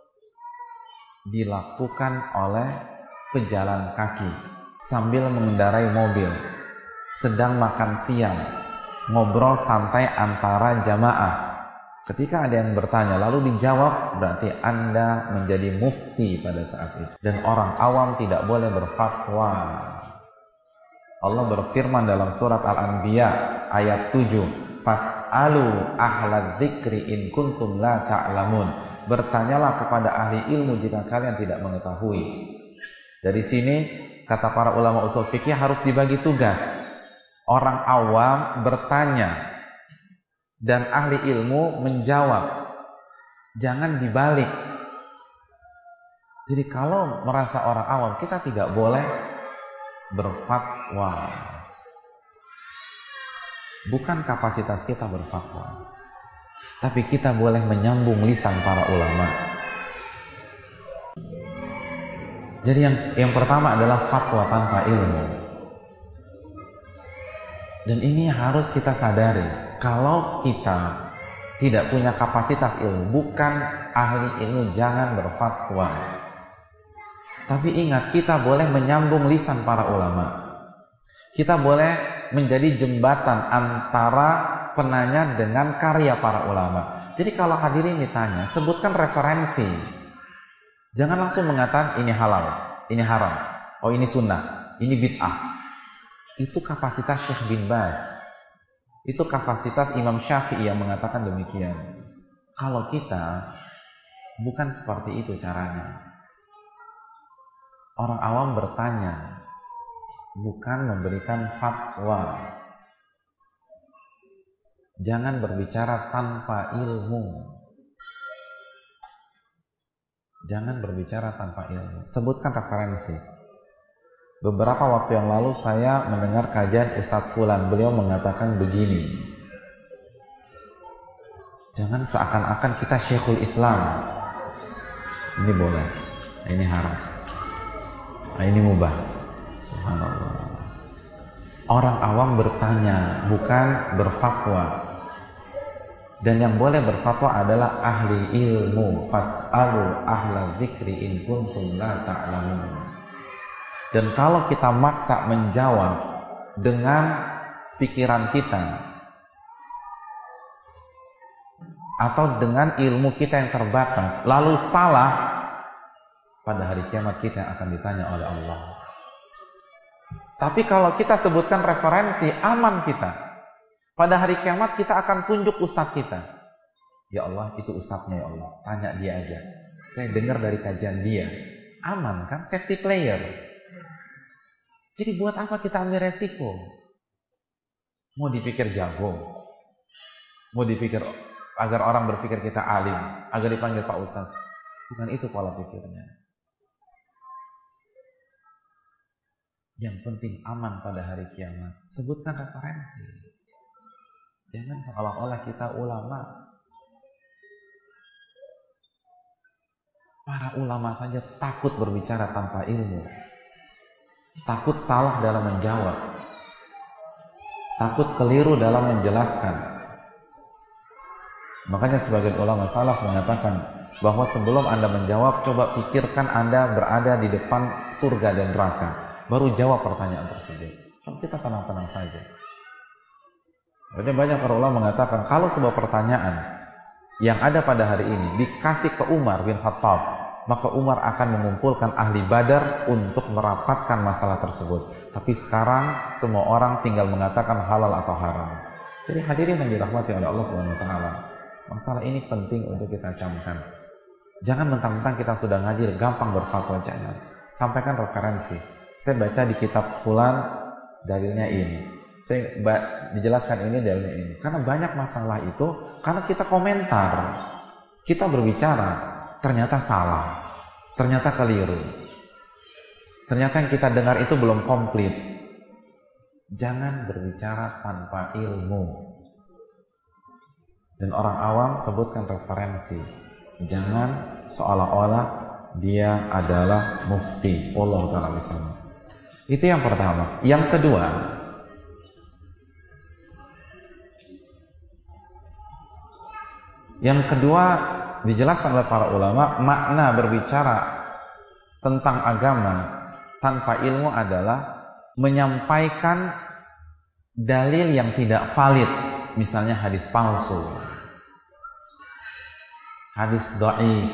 dilakukan oleh pejalan kaki sambil mengendarai mobil, sedang makan siang, ngobrol santai antara jamaah. Ketika ada yang bertanya lalu dijawab, berarti Anda menjadi mufti pada saat itu. Dan orang awam tidak boleh berfatwa. Allah berfirman dalam surat Al-Anbiya ayat tujuh, fas'alu ahlad dzikri in kuntum la ta'lamun. Bertanyalah kepada ahli ilmu jika kalian tidak mengetahui. Dari sini kata para ulama usul fikih harus dibagi tugas. Orang awam bertanya dan ahli ilmu menjawab. Jangan dibalik. Jadi kalau merasa orang awam, kita tidak boleh berfatwa. Bukan kapasitas kita berfatwa, tapi kita boleh menyambung lisan para ulama. Jadi yang yang pertama adalah fatwa tanpa ilmu. Dan ini harus kita sadari. Kalau kita tidak punya kapasitas ilmu, bukan ahli ilmu, jangan berfatwa. Tapi ingat, kita boleh menyambung lisan para ulama. Kita boleh menjadi jembatan antara penanya dengan karya para ulama. Jadi kalau hadirin ditanya, sebutkan referensi. Jangan langsung mengatakan ini halal, ini haram, oh ini sunnah, ini bid'ah. Itu kapasitas Syekh bin Baz. Itu kapasitas Imam Syafi'i yang mengatakan demikian. Kalau kita bukan seperti itu caranya. Orang awam bertanya, bukan memberikan fatwa. Jangan berbicara tanpa ilmu. Jangan berbicara tanpa ilmu. Sebutkan referensi. Beberapa waktu yang lalu saya mendengar kajian Ustadz Fulan. Beliau mengatakan begini. Jangan seakan-akan kita Syekhul Islam. Ini boleh. Ini haram. Nah, ini mubah. Subhanallah. Orang awam bertanya, bukan berfatwa. Dan yang boleh berfatwa adalah ahli ilmu. Fas'alu ahla dzikri in kuntum la ta'lamun. Dan kalau kita maksa menjawab dengan pikiran kita atau dengan ilmu kita yang terbatas, lalu salah, pada hari kiamat kita akan ditanya oleh Allah. Tapi kalau kita sebutkan referensi, aman kita. Pada hari kiamat kita akan tunjuk ustadz kita. Ya Allah, itu ustadznya ya Allah. Tanya dia aja. Saya dengar dari kajian dia. Aman kan? Safety player. Jadi buat apa kita ambil resiko? Mau dipikir jago. Mau dipikir agar orang berpikir kita alim. Agar dipanggil Pak Ustadz. Bukan itu pola pikirnya. Yang penting aman pada hari kiamat. Sebutkan referensi. Jangan seolah-olah kita ulama. Para ulama saja takut berbicara tanpa ilmu. Takut salah dalam menjawab. Takut keliru dalam menjelaskan. Makanya sebagian ulama salaf mengatakan bahwa sebelum Anda menjawab, coba pikirkan Anda berada di depan surga dan neraka. Baru jawab pertanyaan tersebut. Kalau kita tenang-tenang saja. Banyak banyak para ulama mengatakan kalau sebuah pertanyaan yang ada pada hari ini dikasih ke Umar bin Khattab, maka Umar akan mengumpulkan ahli Badar untuk merapatkan masalah tersebut. Tapi sekarang semua orang tinggal mengatakan halal atau haram. Jadi hadirin yang dirahmati oleh Allah Subhanahu wa taala, masalah ini penting untuk kita camkan. Jangan mentang-mentang kita sudah ngaji gampang berfatwa, jangan. Sampaikan referensi. Saya baca di kitab fulan dalilnya ini. Saya dijelaskan ini dalilnya ini. Karena banyak masalah itu karena kita komentar, kita berbicara, ternyata salah, ternyata keliru, ternyata yang kita dengar itu belum komplit. Jangan berbicara tanpa ilmu. Dan orang awam sebutkan referensi. Jangan seolah-olah dia adalah mufti. Wallahu ta'ala bishawab. Itu yang pertama. Yang kedua, Yang kedua dijelaskan oleh para ulama, makna berbicara tentang agama tanpa ilmu adalah menyampaikan dalil yang tidak valid, misalnya hadis palsu, hadis dhaif,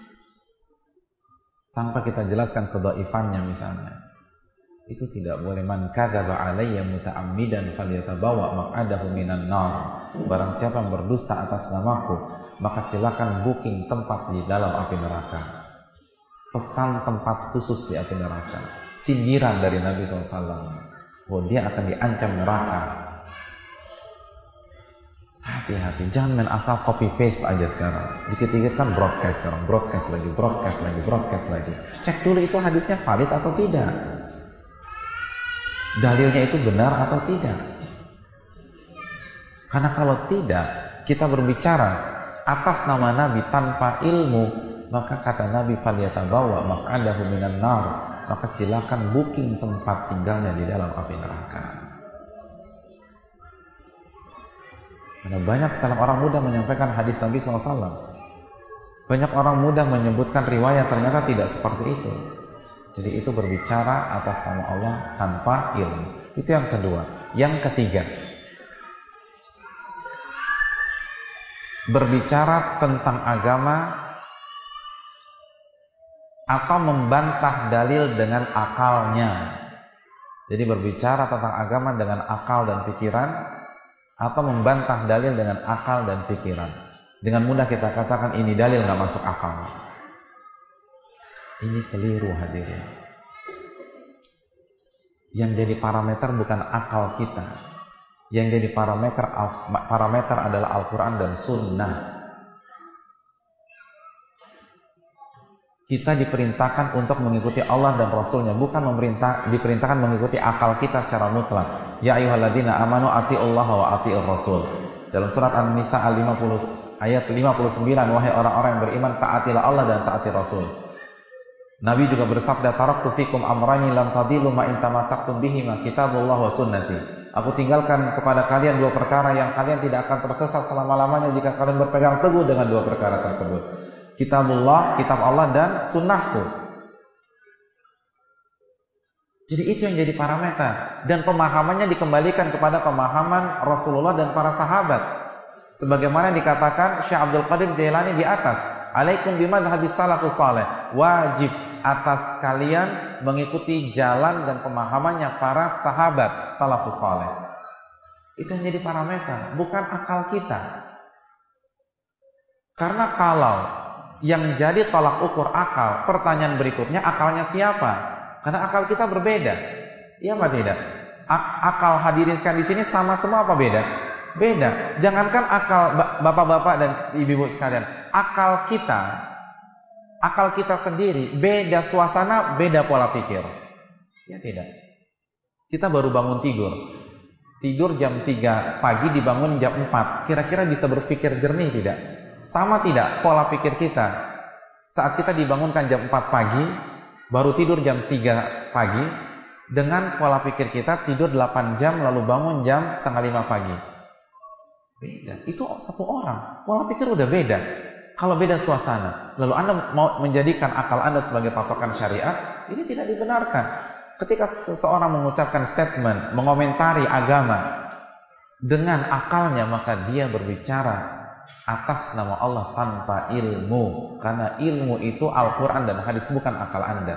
tanpa kita jelaskan kedhaifannya misalnya. Itu tidak boleh. Man kadzaba alayya muta'ammidan falyatabawa maq'adahu minan nar. Barang siapa yang berdusta atas namaku, maka silakan booking tempat di dalam api neraka. Pesan tempat khusus di api neraka. Sindiran dari Nabi shallallahu alaihi wasallam bahwa dia akan diancam neraka. Hati-hati, jangan main asal copy paste aja sekarang. Dikit-dikit kan broadcast sekarang, broadcast lagi, broadcast lagi, broadcast lagi. Cek dulu itu hadisnya valid atau tidak. Dalilnya itu benar atau tidak. Karena kalau tidak, kita berbicara atas nama Nabi tanpa ilmu, maka kata Nabi falyatabawa maq'adahu minan nar, maka silakan booking tempat tinggalnya di dalam api neraka. Karena banyak sekarang orang mudah menyampaikan hadis Nabi shallallahu alaihi wasallam. Banyak orang mudah menyebutkan riwayat, ternyata tidak seperti itu. Jadi itu berbicara atas nama Allah tanpa ilmu. Itu yang kedua. Yang ketiga, berbicara tentang agama atau membantah dalil dengan akalnya. Jadi berbicara tentang agama dengan akal dan pikiran, atau membantah dalil dengan akal dan pikiran. Dengan mudah kita katakan ini dalil nggak masuk akal. Ini keliru hadirin. Yang jadi parameter bukan akal kita. Yang jadi parameter parameter adalah Al-Quran dan Sunnah. Kita diperintahkan untuk mengikuti Allah dan Rasulnya, bukan memerintah diperintahkan mengikuti akal kita secara mutlak. Ya ayyuhalladzina amanu atiullaha wa atiur rasul. Dalam surat An-Nisa al lima puluh ayat lima puluh sembilan, wahai orang-orang yang beriman, taatilah Allah dan taati Rasul. Nabi juga bersabda, taraktu fikum amrani lam tadillu ma in tamassaktum bihima kitabullah wa sunnati. Aku tinggalkan kepada kalian dua perkara yang kalian tidak akan tersesat selama-lamanya jika kalian berpegang teguh dengan dua perkara tersebut. Kitabullah, kitab Allah, dan sunnahku. Jadi itu yang jadi parameter. Dan pemahamannya dikembalikan kepada pemahaman Rasulullah dan para sahabat. Sebagaimana dikatakan Syekh Abdul Qadir Jailani di atas, alaikum bimadhhabis salafus saleh, wajib atas kalian mengikuti jalan dan pemahamannya para sahabat salafus saleh. Itu yang jadi parameter, bukan akal kita. Karena kalau yang jadi tolak ukur akal, pertanyaan berikutnya, akalnya siapa? Karena akal kita berbeda. Iya apa tidak? A- akal hadirin sekalian di sini sama semua apa beda? Beda. Jangankan akal bapak-bapak dan ibu-ibu sekalian, akal kita, akal kita sendiri beda suasana, beda pola pikir. Ya tidak. Kita baru bangun tidur. Tidur jam tiga pagi, dibangun jam empat. Kira-kira bisa berpikir jernih tidak? Sama tidak pola pikir kita? Saat kita dibangunkan jam empat pagi, baru tidur jam tiga pagi, dengan pola pikir kita tidur delapan jam lalu bangun jam setengah lima pagi. Beda. Itu satu orang, pola pikir udah beda. Kalau beda suasana, lalu Anda mau menjadikan akal Anda sebagai patokan syariat, ini tidak dibenarkan. Ketika seseorang mengucapkan statement, mengomentari agama dengan akalnya, maka dia berbicara atas nama Allah tanpa ilmu. Karena ilmu itu Al-Quran dan hadis, bukan akal Anda.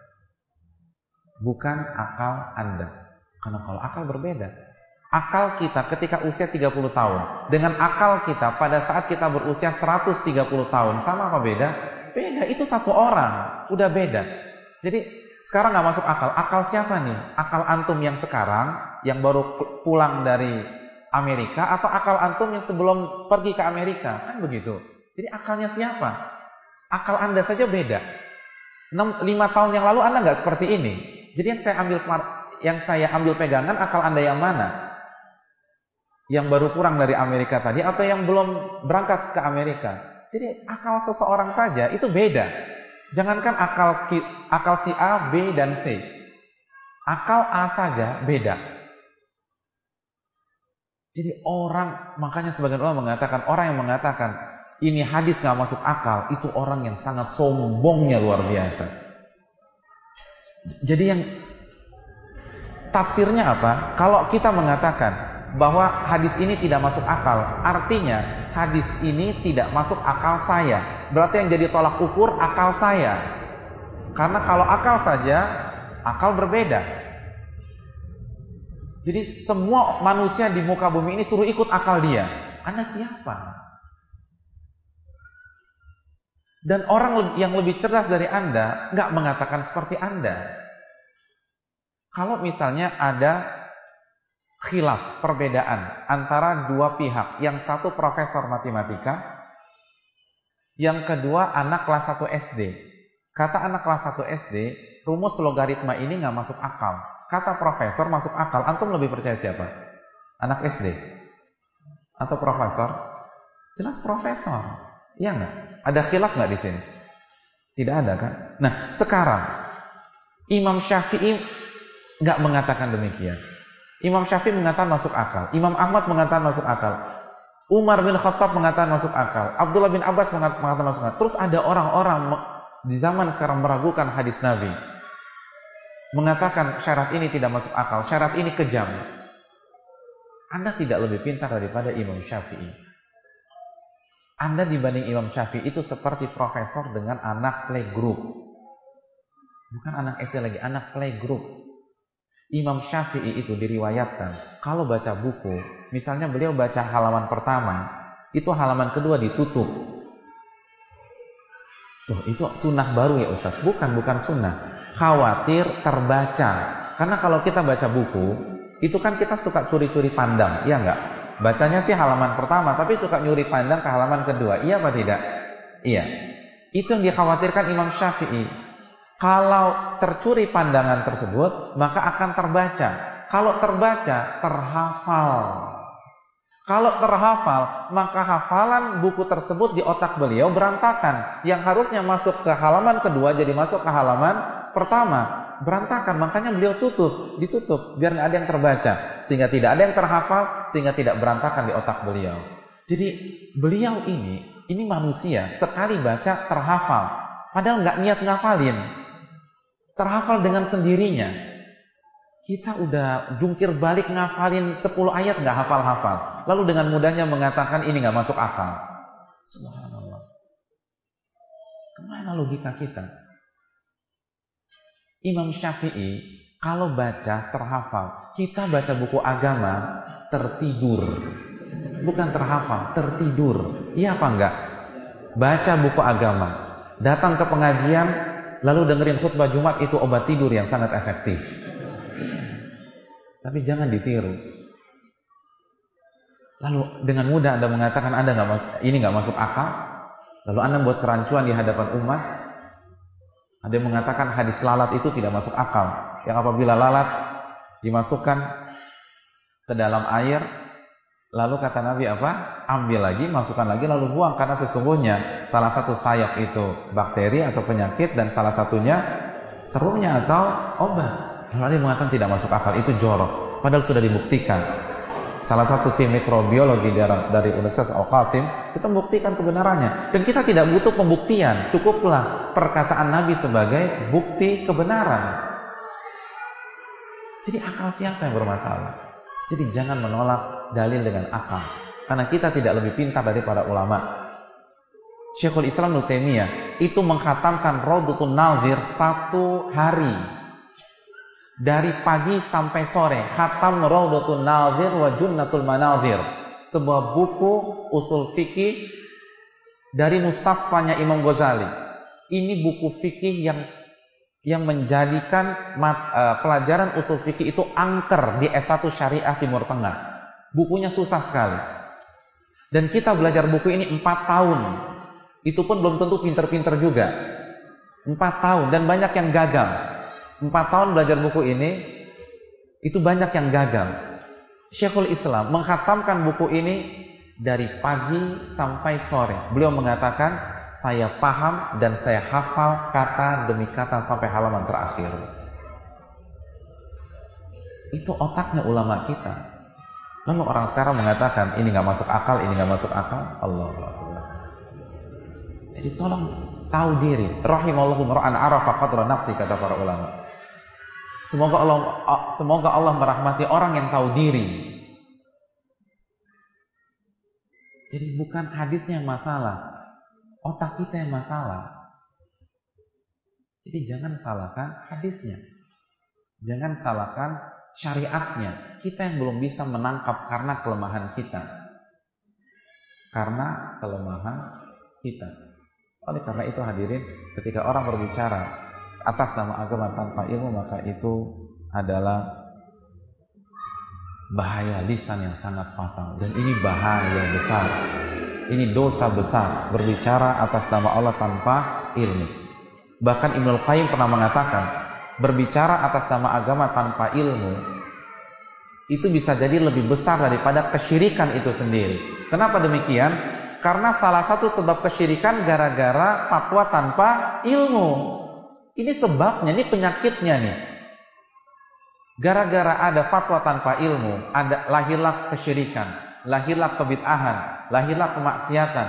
Bukan akal Anda. Karena kalau akal berbeda. Akal kita ketika usia tiga puluh tahun dengan akal kita pada saat kita berusia seratus tiga puluh tahun, sama apa beda? Beda. Itu satu orang, udah beda. Jadi sekarang nggak masuk akal. Akal siapa nih? Akal antum yang sekarang, yang baru pulang dari Amerika, atau akal antum yang sebelum pergi ke Amerika? Kan begitu. Jadi akalnya siapa? Akal Anda saja beda. lima tahun yang lalu Anda nggak seperti ini. Jadi yang saya ambil yang saya ambil pegangan, akal Anda yang mana? Yang baru pulang dari Amerika tadi, atau yang belum berangkat ke Amerika? Jadi akal seseorang saja itu beda. Jangankan akal akal si A, B, dan C. Akal A saja beda. Jadi orang, makanya sebagian ulama mengatakan, orang yang mengatakan ini hadis nggak masuk akal, itu orang yang sangat sombongnya luar biasa. Jadi yang tafsirnya apa? Kalau kita mengatakan bahwa hadis ini tidak masuk akal, artinya hadis ini tidak masuk akal saya. Berarti yang jadi tolak ukur akal saya. Karena kalau akal saja, akal berbeda. Jadi semua manusia di muka bumi ini suruh ikut akal dia. Anda siapa? Dan orang yang lebih cerdas dari Anda nggak mengatakan seperti Anda. Kalau misalnya ada khilaf, perbedaan antara dua pihak, yang satu profesor matematika, yang kedua anak kelas satu S D. Kata anak kelas satu S D, rumus logaritma ini nggak masuk akal. Kata profesor masuk akal. Antum lebih percaya siapa? Anak S D atau profesor? Jelas profesor. Iya nggak? Ada khilaf nggak di sini? Tidak ada kan? Nah sekarang Imam Syafi'i nggak mengatakan demikian. Imam Syafi'i mengatakan masuk akal. Imam Ahmad mengatakan masuk akal. Umar bin Khattab mengatakan masuk akal. Abdullah bin Abbas mengatakan masuk akal. Terus ada orang-orang di zaman sekarang meragukan hadis Nabi, mengatakan syarat ini tidak masuk akal, syarat ini kejam. Anda tidak lebih pintar daripada Imam Syafi'i. Anda dibanding Imam Syafi'i itu seperti profesor dengan anak playgroup. Bukan anak S D lagi, anak playgroup. Imam Syafi'i itu diriwayatkan, kalau baca buku, misalnya beliau baca halaman pertama, itu halaman kedua ditutup. Tuh, itu sunnah baru ya Ustaz? Bukan, bukan sunnah. Khawatir terbaca. Karena kalau kita baca buku, Itu kan kita suka curi-curi pandang, iya enggak? Bacanya sih halaman pertama, tapi suka nyuri pandang ke halaman kedua, iya apa tidak? Iya. Itu yang dikhawatirkan Imam Syafi'i. Kalau tercuri pandangan tersebut, maka akan terbaca. Kalau terbaca, terhafal. Kalau terhafal, maka hafalan buku tersebut di otak beliau berantakan. Yang harusnya masuk ke halaman kedua, jadi masuk ke halaman pertama. Berantakan, makanya beliau tutup, ditutup, biar nggak ada yang terbaca. Sehingga tidak ada yang terhafal, sehingga tidak berantakan di otak beliau. Jadi beliau ini, ini manusia, sekali baca terhafal. Padahal nggak niat ngafalin. Terhafal dengan sendirinya. Kita udah jungkir balik ngafalin sepuluh ayat nggak hafal-hafal. Lalu dengan mudahnya mengatakan ini nggak masuk akal. Subhanallah. Kemana logika kita? Imam Syafi'i kalau baca terhafal. Kita baca buku agama tertidur. Bukan terhafal, tertidur. Iya apa enggak? Baca buku agama, datang ke pengajian, lalu dengerin khutbah Jumat, itu obat tidur yang sangat efektif. Tapi jangan ditiru. Lalu dengan mudah Anda mengatakan Anda nggak mas- ini nggak masuk akal. Lalu Anda buat kerancuan di hadapan umat. Ada yang mengatakan hadis lalat itu tidak masuk akal. Yang apabila lalat dimasukkan ke dalam air, lalu kata Nabi apa? Ambil lagi, masukkan lagi, lalu buang. Karena sesungguhnya salah satu sayap itu bakteri atau penyakit, dan salah satunya serumnya atau obat. Lalu ada yang mengatakan tidak masuk akal, itu jorok. Padahal sudah dibuktikan. Salah satu tim mikrobiologi dari Universitas Al-Qasim itu membuktikan kebenarannya. Dan kita tidak butuh pembuktian, cukuplah perkataan Nabi sebagai bukti kebenaran. Jadi akal siapa yang bermasalah? Jadi jangan menolak dalil dengan akal, karena kita tidak lebih pintar dari para ulama. Syekhul Islam Ibnu Taimiyah itu mengkhatamkan Raudhatun Nadhir satu hari. Dari pagi sampai sore, khatam Raudhatun Nadhir wa Junnatul Manadhir, sebuah buku usul fikih dari mustasfanya Imam Ghazali. Ini buku fikih yang yang menjadikan mat, uh, pelajaran usul fikih itu angker di S satu Syariah Timur Tengah. Bukunya susah sekali. Dan kita belajar buku ini empat tahun. Itu pun belum tentu pinter-pinter juga. empat tahun, dan banyak yang gagal. Empat tahun belajar buku ini, itu banyak yang gagal. Syekhul Islam mengkhatamkan buku ini dari pagi sampai sore. Beliau mengatakan, saya paham dan saya hafal kata demi kata sampai halaman terakhir. Itu otaknya ulama kita. Lalu orang sekarang mengatakan ini nggak masuk akal, ini nggak masuk akal. Allah Allah. Jadi tolong tahu diri. Rahimallahu mar'an arafa qadra nafsi, kata para ulama. Semoga Allah semoga Allah merahmati orang yang tahu diri. Jadi bukan hadisnya yang masalah, otak kita yang masalah. Jadi jangan salahkan hadisnya, jangan salahkan syariatnya. Kita yang belum bisa menangkap karena kelemahan kita, karena kelemahan kita. Oleh karena itu hadirin, ketika orang berbicara atas nama agama tanpa ilmu, maka itu adalah bahaya lisan yang sangat fatal. Dan ini bahaya besar, ini dosa besar, berbicara atas nama Allah tanpa ilmu. Bahkan Ibnul Qayyim pernah mengatakan, berbicara atas nama agama tanpa ilmu itu bisa jadi lebih besar daripada kesyirikan itu sendiri. Kenapa demikian? Karena salah satu sebab kesyirikan gara-gara fatwa tanpa ilmu. Ini sebabnya, ini penyakitnya nih. Gara-gara ada fatwa tanpa ilmu, ada lahirlah kesyirikan, lahirlah kebid'ahan, lahirlah kemaksiatan.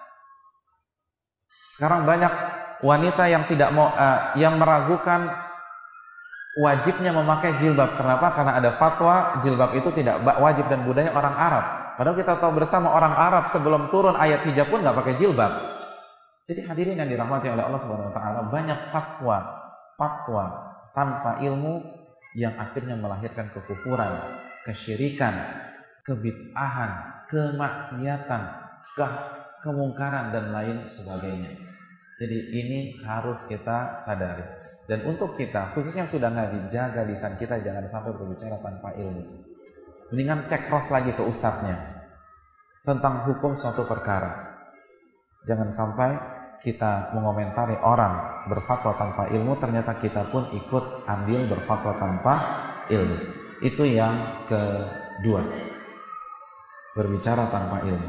Sekarang banyak wanita yang tidak mau, uh, yang meragukan wajibnya memakai jilbab. Kenapa? Karena ada fatwa jilbab itu tidak wajib dan budaya orang Arab. Padahal kita tahu bersama orang Arab sebelum turun ayat hijab pun nggak pakai jilbab. Jadi hadirin yang dirahmati oleh Allah Subhanahu wa taala, banyak fatwa, fatwa tanpa ilmu yang akhirnya melahirkan kekufuran, kesyirikan, kebid'ahan, kemaksiatan, ke kemungkaran dan lain sebagainya. Jadi ini harus kita sadari. Dan untuk kita, khususnya yang sudah ngaji, jaga lisan kita jangan sampai berbicara tanpa ilmu. Mendingan cek cross lagi ke ustadznya tentang hukum suatu perkara. Jangan sampai kita mengomentari orang berfatwa tanpa ilmu, ternyata kita pun ikut andil berfatwa tanpa ilmu. Itu yang kedua, berbicara tanpa ilmu.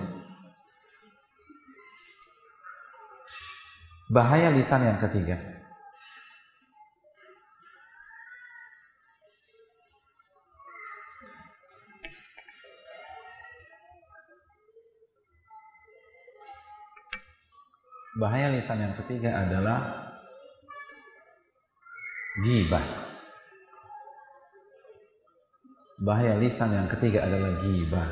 Bahaya lisan yang ketiga, bahaya lisan yang ketiga adalah ghibah. Bahaya lisan yang ketiga adalah ghibah.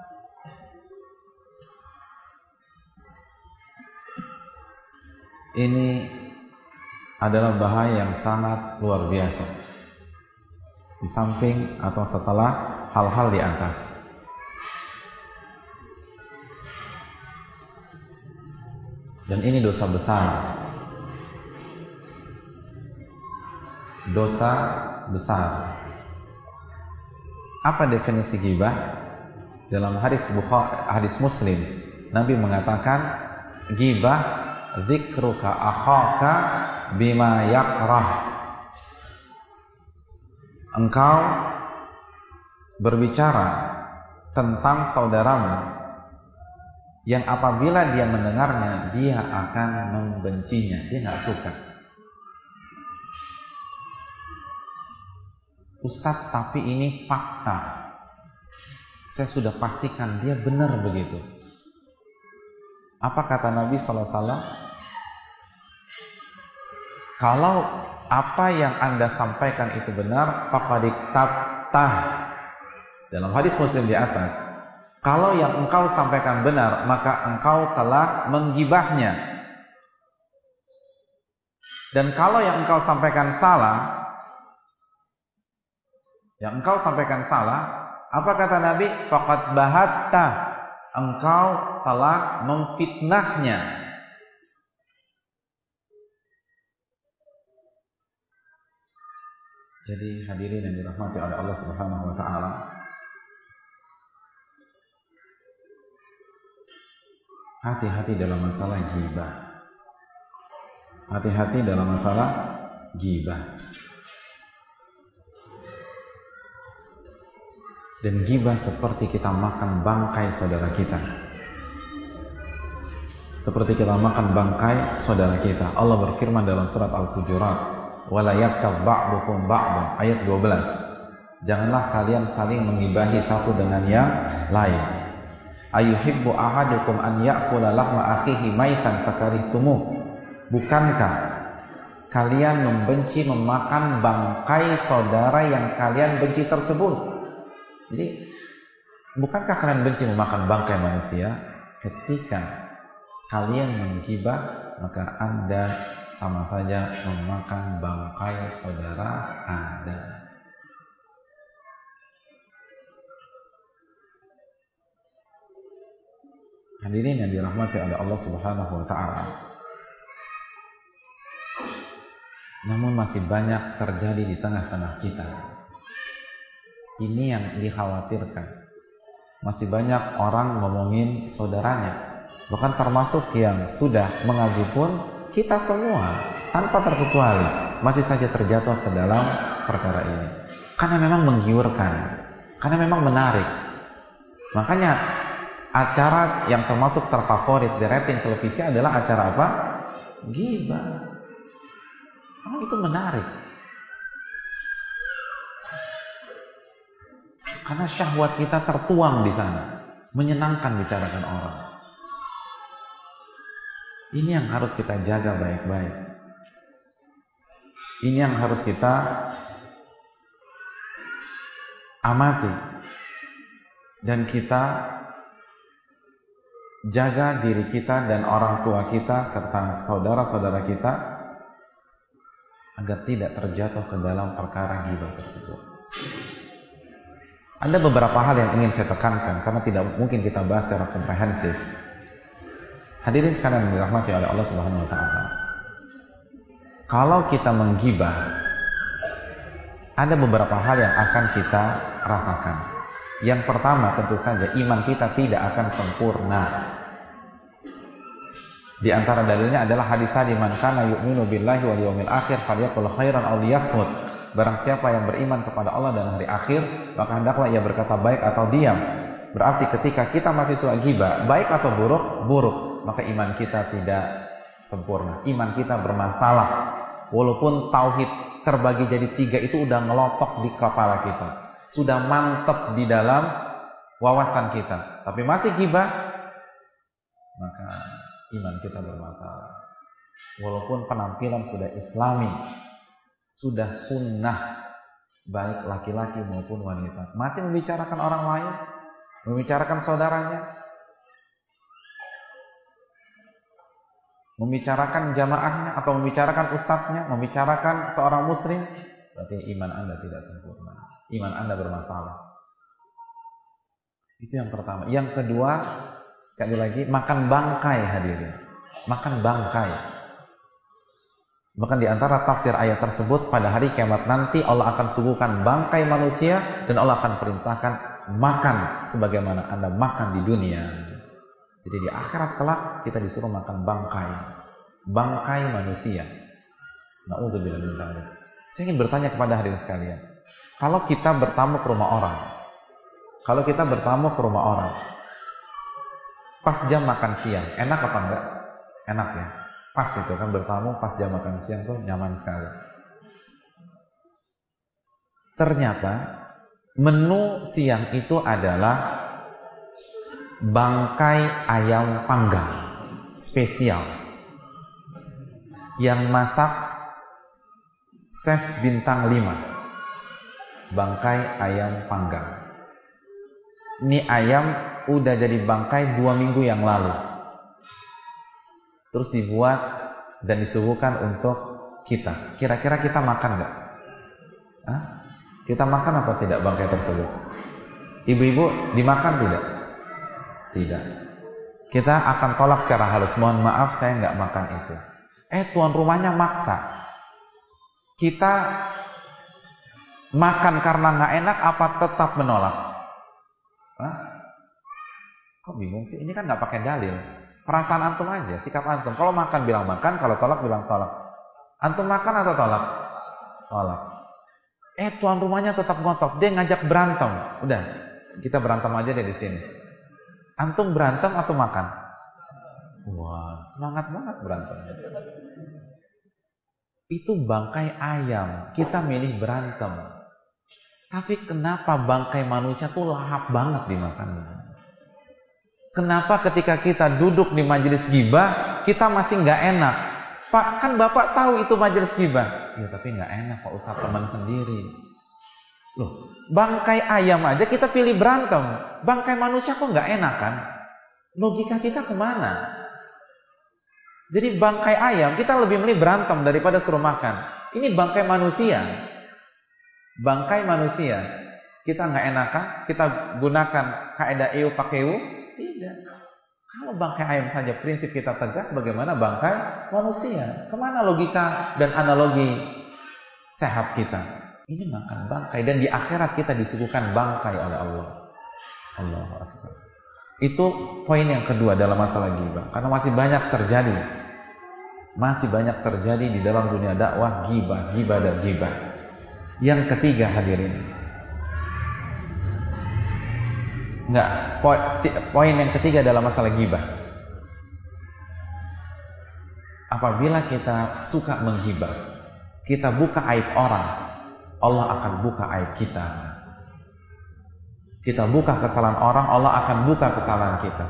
Ini adalah bahaya yang sangat luar biasa. Di samping atau setelah hal-hal di atas. Dan ini dosa besar. Dosa besar. Apa definisi ghibah? Dalam hadis Bukhari, hadis Muslim, Nabi mengatakan ghibah dzikruka akhaka bima yakrah. Engkau berbicara tentang saudaramu yang apabila dia mendengarnya, dia akan membencinya, dia nggak suka. Ustadz, tapi ini fakta. Saya sudah pastikan dia benar begitu. Apa kata Nabi sallallahu alaihi wasallam? Kalau apa yang Anda sampaikan itu benar, faqad iktabtah. Dalam hadis Muslim di atas, kalau yang engkau sampaikan benar, maka engkau telah menggibahnya. Dan kalau yang engkau sampaikan salah, yang engkau sampaikan salah, apa kata Nabi? Faqad bahatta, engkau telah memfitnahnya. Jadi hadirin yang dirahmati oleh Allah Subhanahu wa taala, hati-hati dalam masalah ghibah. Hati-hati dalam masalah ghibah. Dan ghibah seperti kita makan bangkai saudara kita. Seperti kita makan bangkai saudara kita. Allah berfirman dalam surat Al-Hujurat, wala yaktab ba'dukum ba'dan, ayat dua belas. Janganlah kalian saling menggibahi satu dengan yang lain. Ayuhibbu ahadukum an ya'kula lahma akhihi maitan fakarihtumuh. Bukankah kalian membenci memakan bangkai saudara yang kalian benci tersebut? Jadi, bukankah kalian benci memakan bangkai manusia? Ketika kalian menggibah, maka Anda sama saja memakan bangkai saudara Anda. Hadirin yang dirahmati oleh Allah Subhanahu wa taala. Namun masih banyak terjadi di tengah-tengah kita. Ini yang dikhawatirkan. Masih banyak orang ngomongin saudaranya. Bahkan termasuk yang sudah mengaji pun, kita semua tanpa terkecuali masih saja terjatuh ke dalam perkara ini. Karena memang menggiurkan, karena memang menarik. Makanya acara yang termasuk terfavorit di rating televisi adalah acara apa? Ghibah. Karena itu menarik. Karena syahwat kita tertuang di sana, menyenangkan bicarakan orang. Ini yang harus kita jaga baik-baik. Ini yang harus kita amati. Dan kita jaga diri kita dan orang tua kita serta saudara-saudara kita agar tidak terjatuh ke dalam perkara ghibah tersebut. Ada beberapa hal yang ingin saya tekankan karena tidak mungkin kita bahas secara komprehensif. Hadirin sekalian yang dirahmati oleh Allah Subhanahu wa taala. Kalau kita menggibah, ada beberapa hal yang akan kita rasakan. Yang pertama, tentu saja iman kita tidak akan sempurna. Di antara dalilnya adalah hadis tadi, man kana yu'minu billahi wal yawmil akhir falyaqul khairan aw liyasmut. Barang siapa yang beriman kepada Allah dan hari akhir, maka hendaklah ia berkata baik atau diam. Berarti ketika kita masih suka ghibah, baik atau buruk, buruk, maka iman kita tidak sempurna. Iman kita bermasalah. Walaupun tauhid terbagi jadi tiga itu udah ngelotok di kepala kita, sudah mantap di dalam wawasan kita, tapi masih ghibah, maka iman kita bermasalah. Walaupun penampilan sudah islami, sudah sunnah, baik laki-laki maupun wanita, masih membicarakan orang lain, membicarakan saudaranya, membicarakan jamaahnya, atau membicarakan ustadznya, membicarakan seorang muslim, berarti iman Anda tidak sempurna, iman Anda bermasalah. Itu yang pertama. Yang kedua, sekali lagi, makan bangkai hadirin, makan bangkai. Bahkan di antara tafsir ayat tersebut, pada hari kiamat nanti Allah akan suguhkan bangkai manusia dan Allah akan perintahkan makan sebagaimana Anda makan di dunia. Jadi di akhirat kelak kita disuruh makan bangkai, bangkai manusia. Na'udzubillah min dzalik. Saya ingin bertanya kepada hadirin sekalian, kalau kita bertamu ke rumah orang, kalau kita bertamu ke rumah orang, pas jam makan siang, enak apa enggak? Enak ya. Pas itu kan bertamu pas jam makan siang tuh nyaman sekali. Ternyata menu siang itu adalah bangkai ayam panggang spesial yang masak chef bintang lima. Bangkai ayam panggang. Ini ayam udah jadi bangkai dua minggu yang lalu, terus dibuat dan disuguhkan untuk kita. Kira-kira kita makan nggak? Hah? Kita makan apa tidak bangkai tersebut? Ibu-ibu dimakan tidak? Tidak. Kita akan tolak secara halus, mohon maaf saya nggak makan itu. Eh tuan rumahnya maksa. Kita makan karena nggak enak apa tetap menolak? Hah? Kok bingung sih? Ini kan nggak pakai dalil. Perasaan antum aja, sikap antum. Kalau makan bilang makan, kalau tolak bilang tolak. Antum makan atau tolak? Tolak. Eh tuan rumahnya tetap ngotot, dia ngajak berantem. Udah, kita berantem aja deh di sini. Antum berantem atau makan? Wah, semangat banget berantem. Itu bangkai ayam, kita milih berantem. Tapi kenapa bangkai manusia tuh lahap banget dimakan? Kenapa ketika kita duduk di majelis ghibah, kita masih nggak enak? Pak, kan Bapak tahu itu majelis ghibah. Ya tapi nggak enak Pak Ustadz, teman sendiri. Loh, bangkai ayam aja kita pilih berantem. Bangkai manusia kok nggak enak kan? Logika kita kemana? Jadi bangkai ayam kita lebih milih berantem daripada suruh makan. Ini bangkai manusia. Bangkai manusia. Kita nggak enakan, kita gunakan kaidah eu pakai eu. Tidak. Kalau bangkai ayam saja prinsip kita tegas, bagaimana bangkai manusia? Kemana logika dan analogi sehat kita? Ini makan bangkai, dan di akhirat kita disuguhkan bangkai oleh Allah. Allahu Akbar. Itu poin yang kedua dalam masalah ghibah. Karena masih banyak terjadi. Masih banyak terjadi di dalam dunia dakwah ghibah, ghibah dan ghibah. Yang ketiga hadirin. Enggak, poin yang ketiga dalam masalah ghibah. Apabila kita suka menghibah, kita buka aib orang, Allah akan buka aib kita. Kita buka kesalahan orang, Allah akan buka kesalahan kita.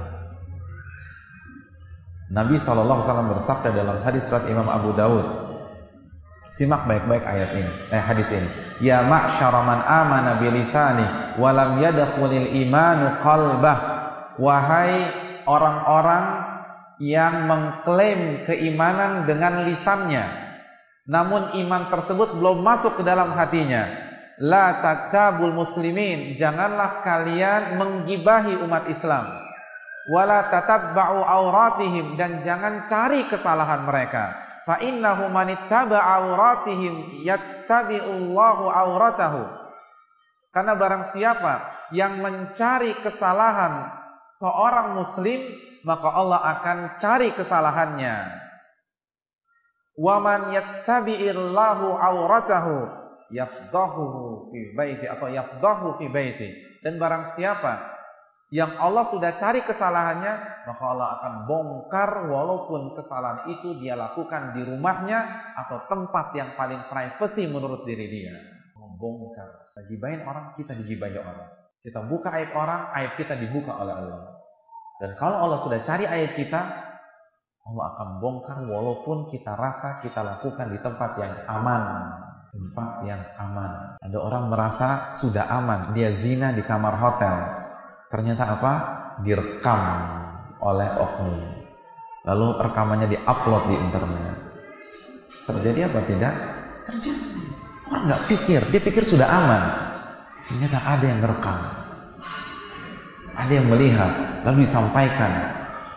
Nabi shallallahu alaihi wasallam bersabda dalam hadis riwayat Imam Abu Dawud. Simak baik-baik ayat ini, eh hadis ini. Ya ma'syara man amana bilisani wa lam yadkhulil imanu qalbah. Wahai orang-orang yang mengklaim keimanan dengan lisannya, namun iman tersebut belum masuk ke dalam hatinya. La taktabul muslimin, janganlah kalian menggibahi umat Islam. Wala tatabba'u auratihim, dan jangan cari kesalahan mereka. fa innahu man ittaba'a auratihim yattabi'ullahu auratahu. Karena barang siapa yang mencari kesalahan seorang muslim, maka Allah akan cari kesalahannya. Wa man yattabi'illahu auratahu yafdahu fi baiti atau yafdahu fi baiti. Dan barang siapa yang Allah sudah cari kesalahannya, maka Allah akan bongkar walaupun kesalahan itu dia lakukan di rumahnya atau tempat yang paling privasi menurut diri dia. Membongkar. Kita gibahin orang, kita digibahi orang. Kita buka aib orang, aib kita dibuka oleh Allah. Dan kalau Allah sudah cari aib kita, Allah akan bongkar walaupun kita rasa kita lakukan di tempat yang aman. Tempat yang aman. Ada orang merasa sudah aman, dia zina di kamar hotel. Ternyata apa? Direkam oleh oknum. Lalu rekamannya diupload di internet. Terjadi apa tidak? Terjadi. Orang nggak pikir, dia pikir sudah aman. Ternyata ada yang merekam, ada yang melihat, lalu disampaikan.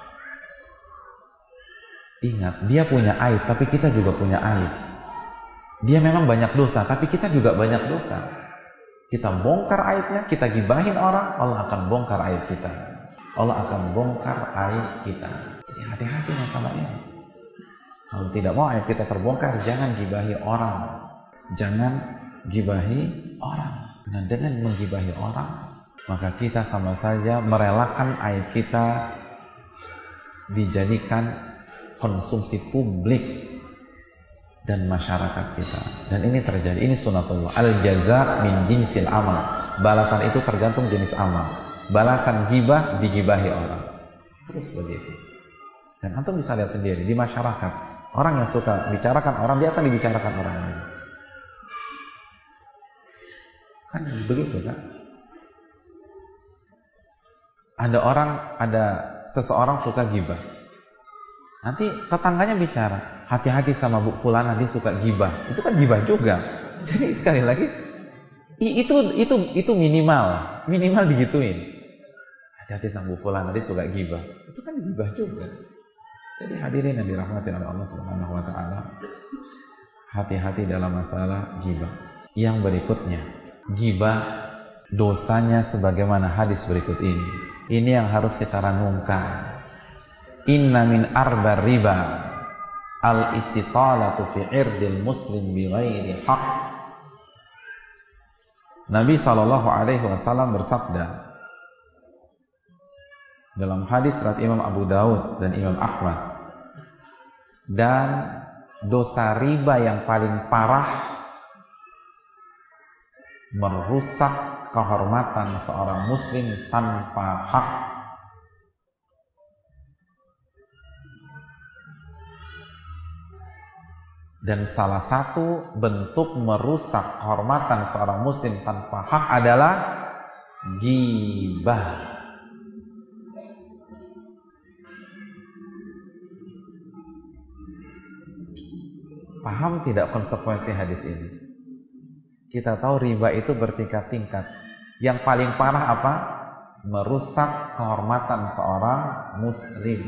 Ingat, dia punya aib, tapi kita juga punya aib. Dia memang banyak dosa, tapi kita juga banyak dosa. Kita bongkar aibnya, kita gibahin orang, Allah akan bongkar aib kita. Allah akan bongkar aib kita. Jadi hati-hati masalah ini. Kalau tidak mau aib kita terbongkar, jangan gibahi orang. Jangan gibahi orang. Karena dengan menggibahi orang, maka kita sama saja merelakan aib kita dijadikan konsumsi publik dan masyarakat kita. Dan ini terjadi, ini sunatullah. Al-jaza min jinsil amal. Balasan itu tergantung jenis amal. Balasan gibah digibahi orang. Terus begitu. Dan antum bisa lihat sendiri di masyarakat, orang yang suka bicarakan orang, dia akan dibicarakan orang lain. Kan begitu kan? Ada orang, ada seseorang suka gibah. Nanti tetangganya bicara, hati-hati sama Bu Fulana, dia suka gibah. Itu kan gibah juga. Jadi sekali lagi, itu itu itu minimal, minimal digituin. Hati-hati sama Bu Fulana, dia suka gibah. Itu kan gibah juga. Jadi hadirin yang dirahmati oleh Allah Subhanahu wa taala, hati-hati dalam masalah gibah. Yang berikutnya, gibah dosanya sebagaimana hadis berikut ini. Ini yang harus kita renungkan. Inna min arba riba al-istitalatu fi irdil muslim bi ghairi haq. Nabi sallallahu alaihi wasallam bersabda dalam hadis riwayat Imam Abu Daud dan Imam Ahmad, dan dosa riba yang paling parah merusak kehormatan seorang muslim tanpa hak. Dan salah satu bentuk merusak kehormatan seorang muslim tanpa hak adalah ghibah. Paham tidak konsekuensi hadis ini? Kita tahu riba itu bertingkat-tingkat. Yang paling parah apa? Merusak kehormatan seorang muslim.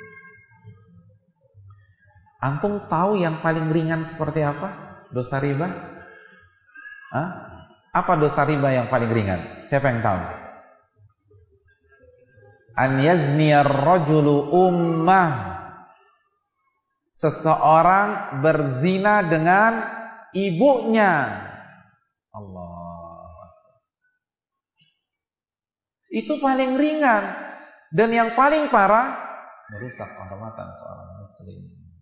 Antum tahu yang paling ringan seperti apa? Dosa riba? Hah? Apa dosa riba yang paling ringan? Siapa yang tahu? An yazniyar rajulu ummah. Seseorang berzina dengan ibunya. Allah. Itu paling ringan. Dan yang paling parah, merusak kehormatan seorang muslim.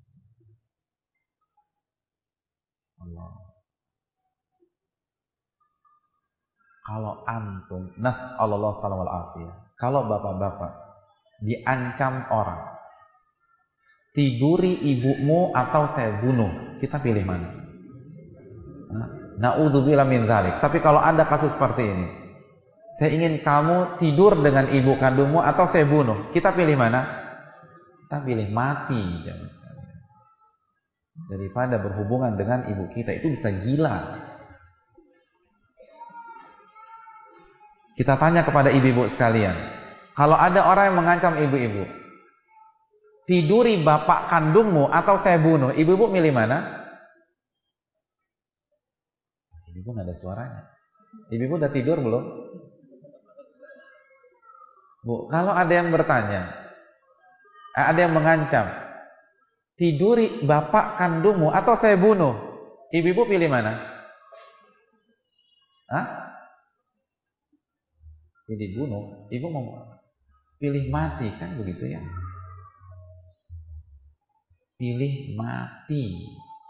Allah. Kalau antum, nas'allallahu salam wal afiyah, kalau bapak-bapak diancam orang, tiduri ibumu atau saya bunuh, kita pilih mana? Na'udzubillah min dzalik. Tapi kalau ada kasus seperti ini, saya ingin kamu tidur dengan ibu kandungmu atau saya bunuh, kita pilih mana? Kita pilih mati, jangan sekali. Daripada berhubungan dengan ibu kita, itu bisa gila. Kita tanya kepada ibu-ibu sekalian, kalau ada orang yang mengancam ibu-ibu, tiduri bapak kandungmu atau saya bunuh, ibu-ibu milih mana? Ibu nggak ada suaranya. Ibu-ibu udah tidur belum? Bu, kalau ada yang bertanya, ada yang mengancam, tiduri bapak kandungmu atau saya bunuh, ibu-ibu pilih mana? Hah? Pilih bunuh. Ibu mau pilih mati, kan begitu ya? Pilih mati.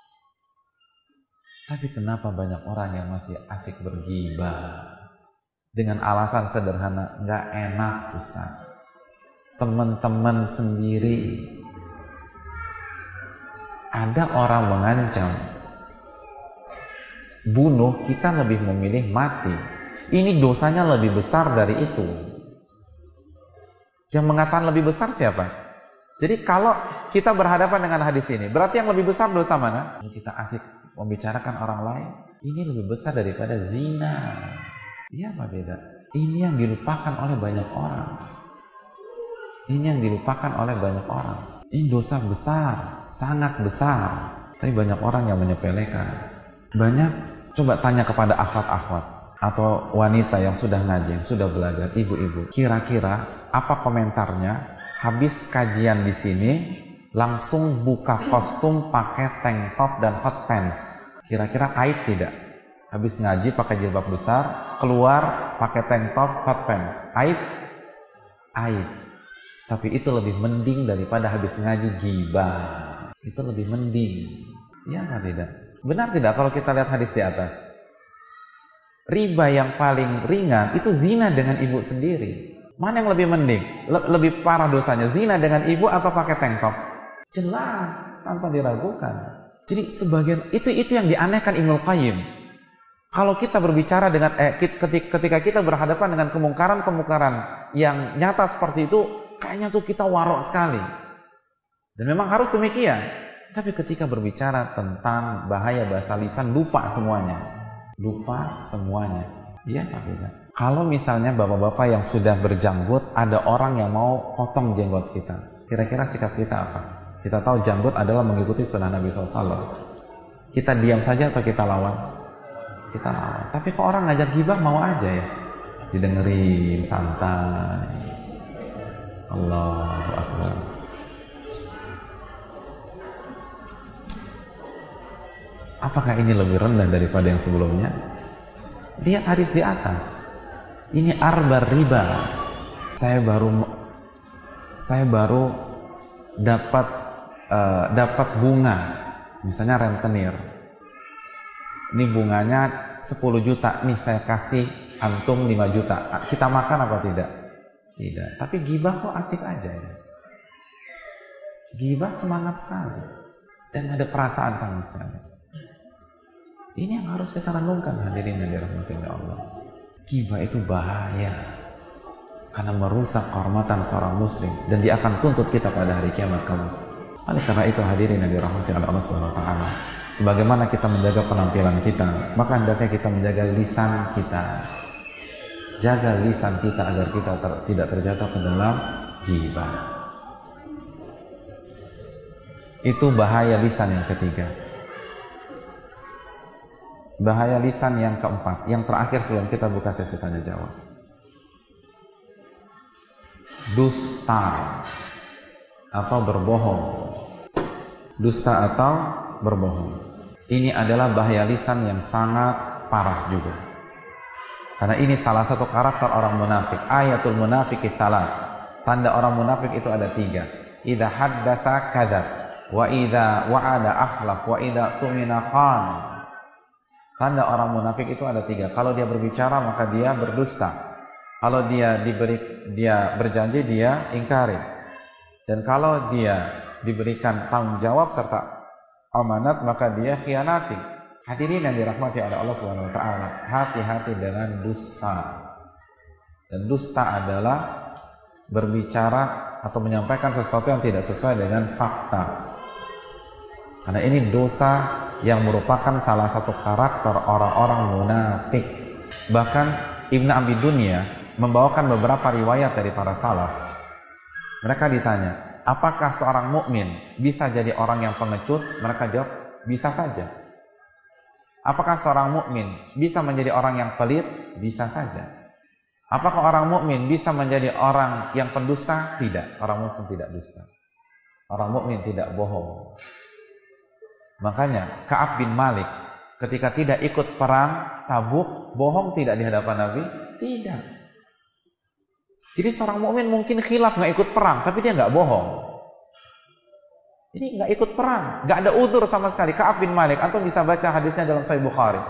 Tapi kenapa banyak orang yang masih asik bergibah dengan alasan sederhana, nggak enak Ustaz, teman-teman sendiri. Ada orang mengancam bunuh, kita lebih memilih mati. Ini dosanya lebih besar dari itu. Yang mengatakan lebih besar siapa? Jadi kalau kita berhadapan dengan hadis ini, berarti yang lebih besar dosa mana? Kita asik membicarakan orang lain, ini lebih besar daripada zina. Iya apa beda? Ini yang dilupakan oleh banyak orang. Ini yang dilupakan oleh banyak orang. Ini dosa besar, sangat besar. Tapi banyak orang yang menyepelekan. Banyak, coba tanya kepada akhwat-akhwat atau wanita yang sudah ngaji, yang sudah belajar, ibu-ibu, kira-kira apa komentarnya habis kajian di sini langsung buka kostum pakai tank top dan hot pants? Kira-kira aib tidak? Habis ngaji pakai jilbab besar, keluar pakai tank top, hot pants, aib? Aib. Tapi itu lebih mending daripada habis ngaji gibah. Itu lebih mending. Ya nggak tidak? Benar tidak kalau kita lihat hadis di atas? Riba yang paling ringan itu zina dengan ibu sendiri. Mana yang lebih mending? Le- lebih parah dosanya, zina dengan ibu atau pakai tank top? Jelas, tanpa diragukan. Jadi sebagian itu itu yang dianehkan Ibnul Qayyim. Kalau kita berbicara dengan eh, ketika kita berhadapan dengan kemungkaran-kemungkaran yang nyata seperti itu, kayaknya tuh kita warok sekali. Dan memang harus demikian. Tapi ketika berbicara tentang bahaya bahasa lisan, lupa semuanya. Lupa semuanya. Iya Pak Beda. Kalau misalnya bapak-bapak yang sudah berjanggut, ada orang yang mau potong jenggot kita, kira-kira sikap kita apa? Kita tahu janggut adalah mengikuti sunnah Nabi shallallahu alaihi wasallam. Kita diam saja atau kita lawan? Kita lawan. Tapi kok orang ngajak gibah mau aja ya? Didengerin santai. Allahu Akbar. Apakah ini lebih rendah daripada yang sebelumnya? Lihat hadis di atas. Ini arba riba. Saya baru saya baru dapat uh, dapat bunga, misalnya rentenir. Ini bunganya sepuluh juta, nih saya kasih antum lima juta. Kita makan apa tidak? Tidak. Tapi gibah kok asik aja ya. Gibah semangat sekali dan ada perasaan sama sekali. Ini yang harus kita renungkan, hadirin yang dirahmati oleh Allah. Gibah itu bahaya karena merusak kehormatan seorang muslim dan dia akan tuntut kita pada hari kiamat kelak. Oleh karena itu hadirin yang dirahmati oleh Allah Subhanahu wa taala, sebagaimana kita menjaga penampilan kita, maka hendaknya kita menjaga lisan kita. Jaga lisan kita agar kita ter, tidak terjatuh ke dalam gibah. Itu bahaya lisan yang ketiga. Bahaya lisan yang keempat, yang terakhir sebelum kita buka sesi tanya jawab. Dusta atau berbohong. Dusta atau berbohong. Ini adalah bahaya lisan yang sangat parah juga. Karena ini salah satu karakter orang munafik. Ayatul munafik talat. Tanda orang munafik itu ada tiga. Idza haddatsa kadzab, wa idza wa'ada akhlaf, wa idza tumina khan. Tanda orang munafik itu ada tiga. Kalau dia berbicara maka dia berdusta. Kalau dia diberi dia berjanji dia ingkari. Dan kalau dia diberikan tanggung jawab serta amanat maka dia khianati. Hadirin yang dirahmati oleh Allah Subhanahu wa taala, hati-hati dengan dusta. Dan dusta adalah berbicara atau menyampaikan sesuatu yang tidak sesuai dengan fakta. Karena ini dosa yang merupakan salah satu karakter orang-orang munafik. Bahkan Ibn Abi Dunya membawakan beberapa riwayat dari para salaf. Mereka ditanya, apakah seorang mukmin bisa jadi orang yang pengecut? Mereka jawab, bisa saja. Apakah seorang mukmin bisa menjadi orang yang pelit? Bisa saja. Apakah orang mukmin bisa menjadi orang yang pendusta? Tidak. Orang muslim tidak dusta. Orang mukmin tidak bohong. Makanya Ka'ab bin Malik ketika tidak ikut perang Tabuk, bohong tidak di hadapan Nabi? Tidak. Jadi seorang mukmin mungkin khilaf nggak ikut perang, tapi dia nggak bohong. Jadi nggak ikut perang, nggak ada udzur sama sekali. Ka'ab bin Malik, antum bisa baca hadisnya dalam Sahih Bukhari.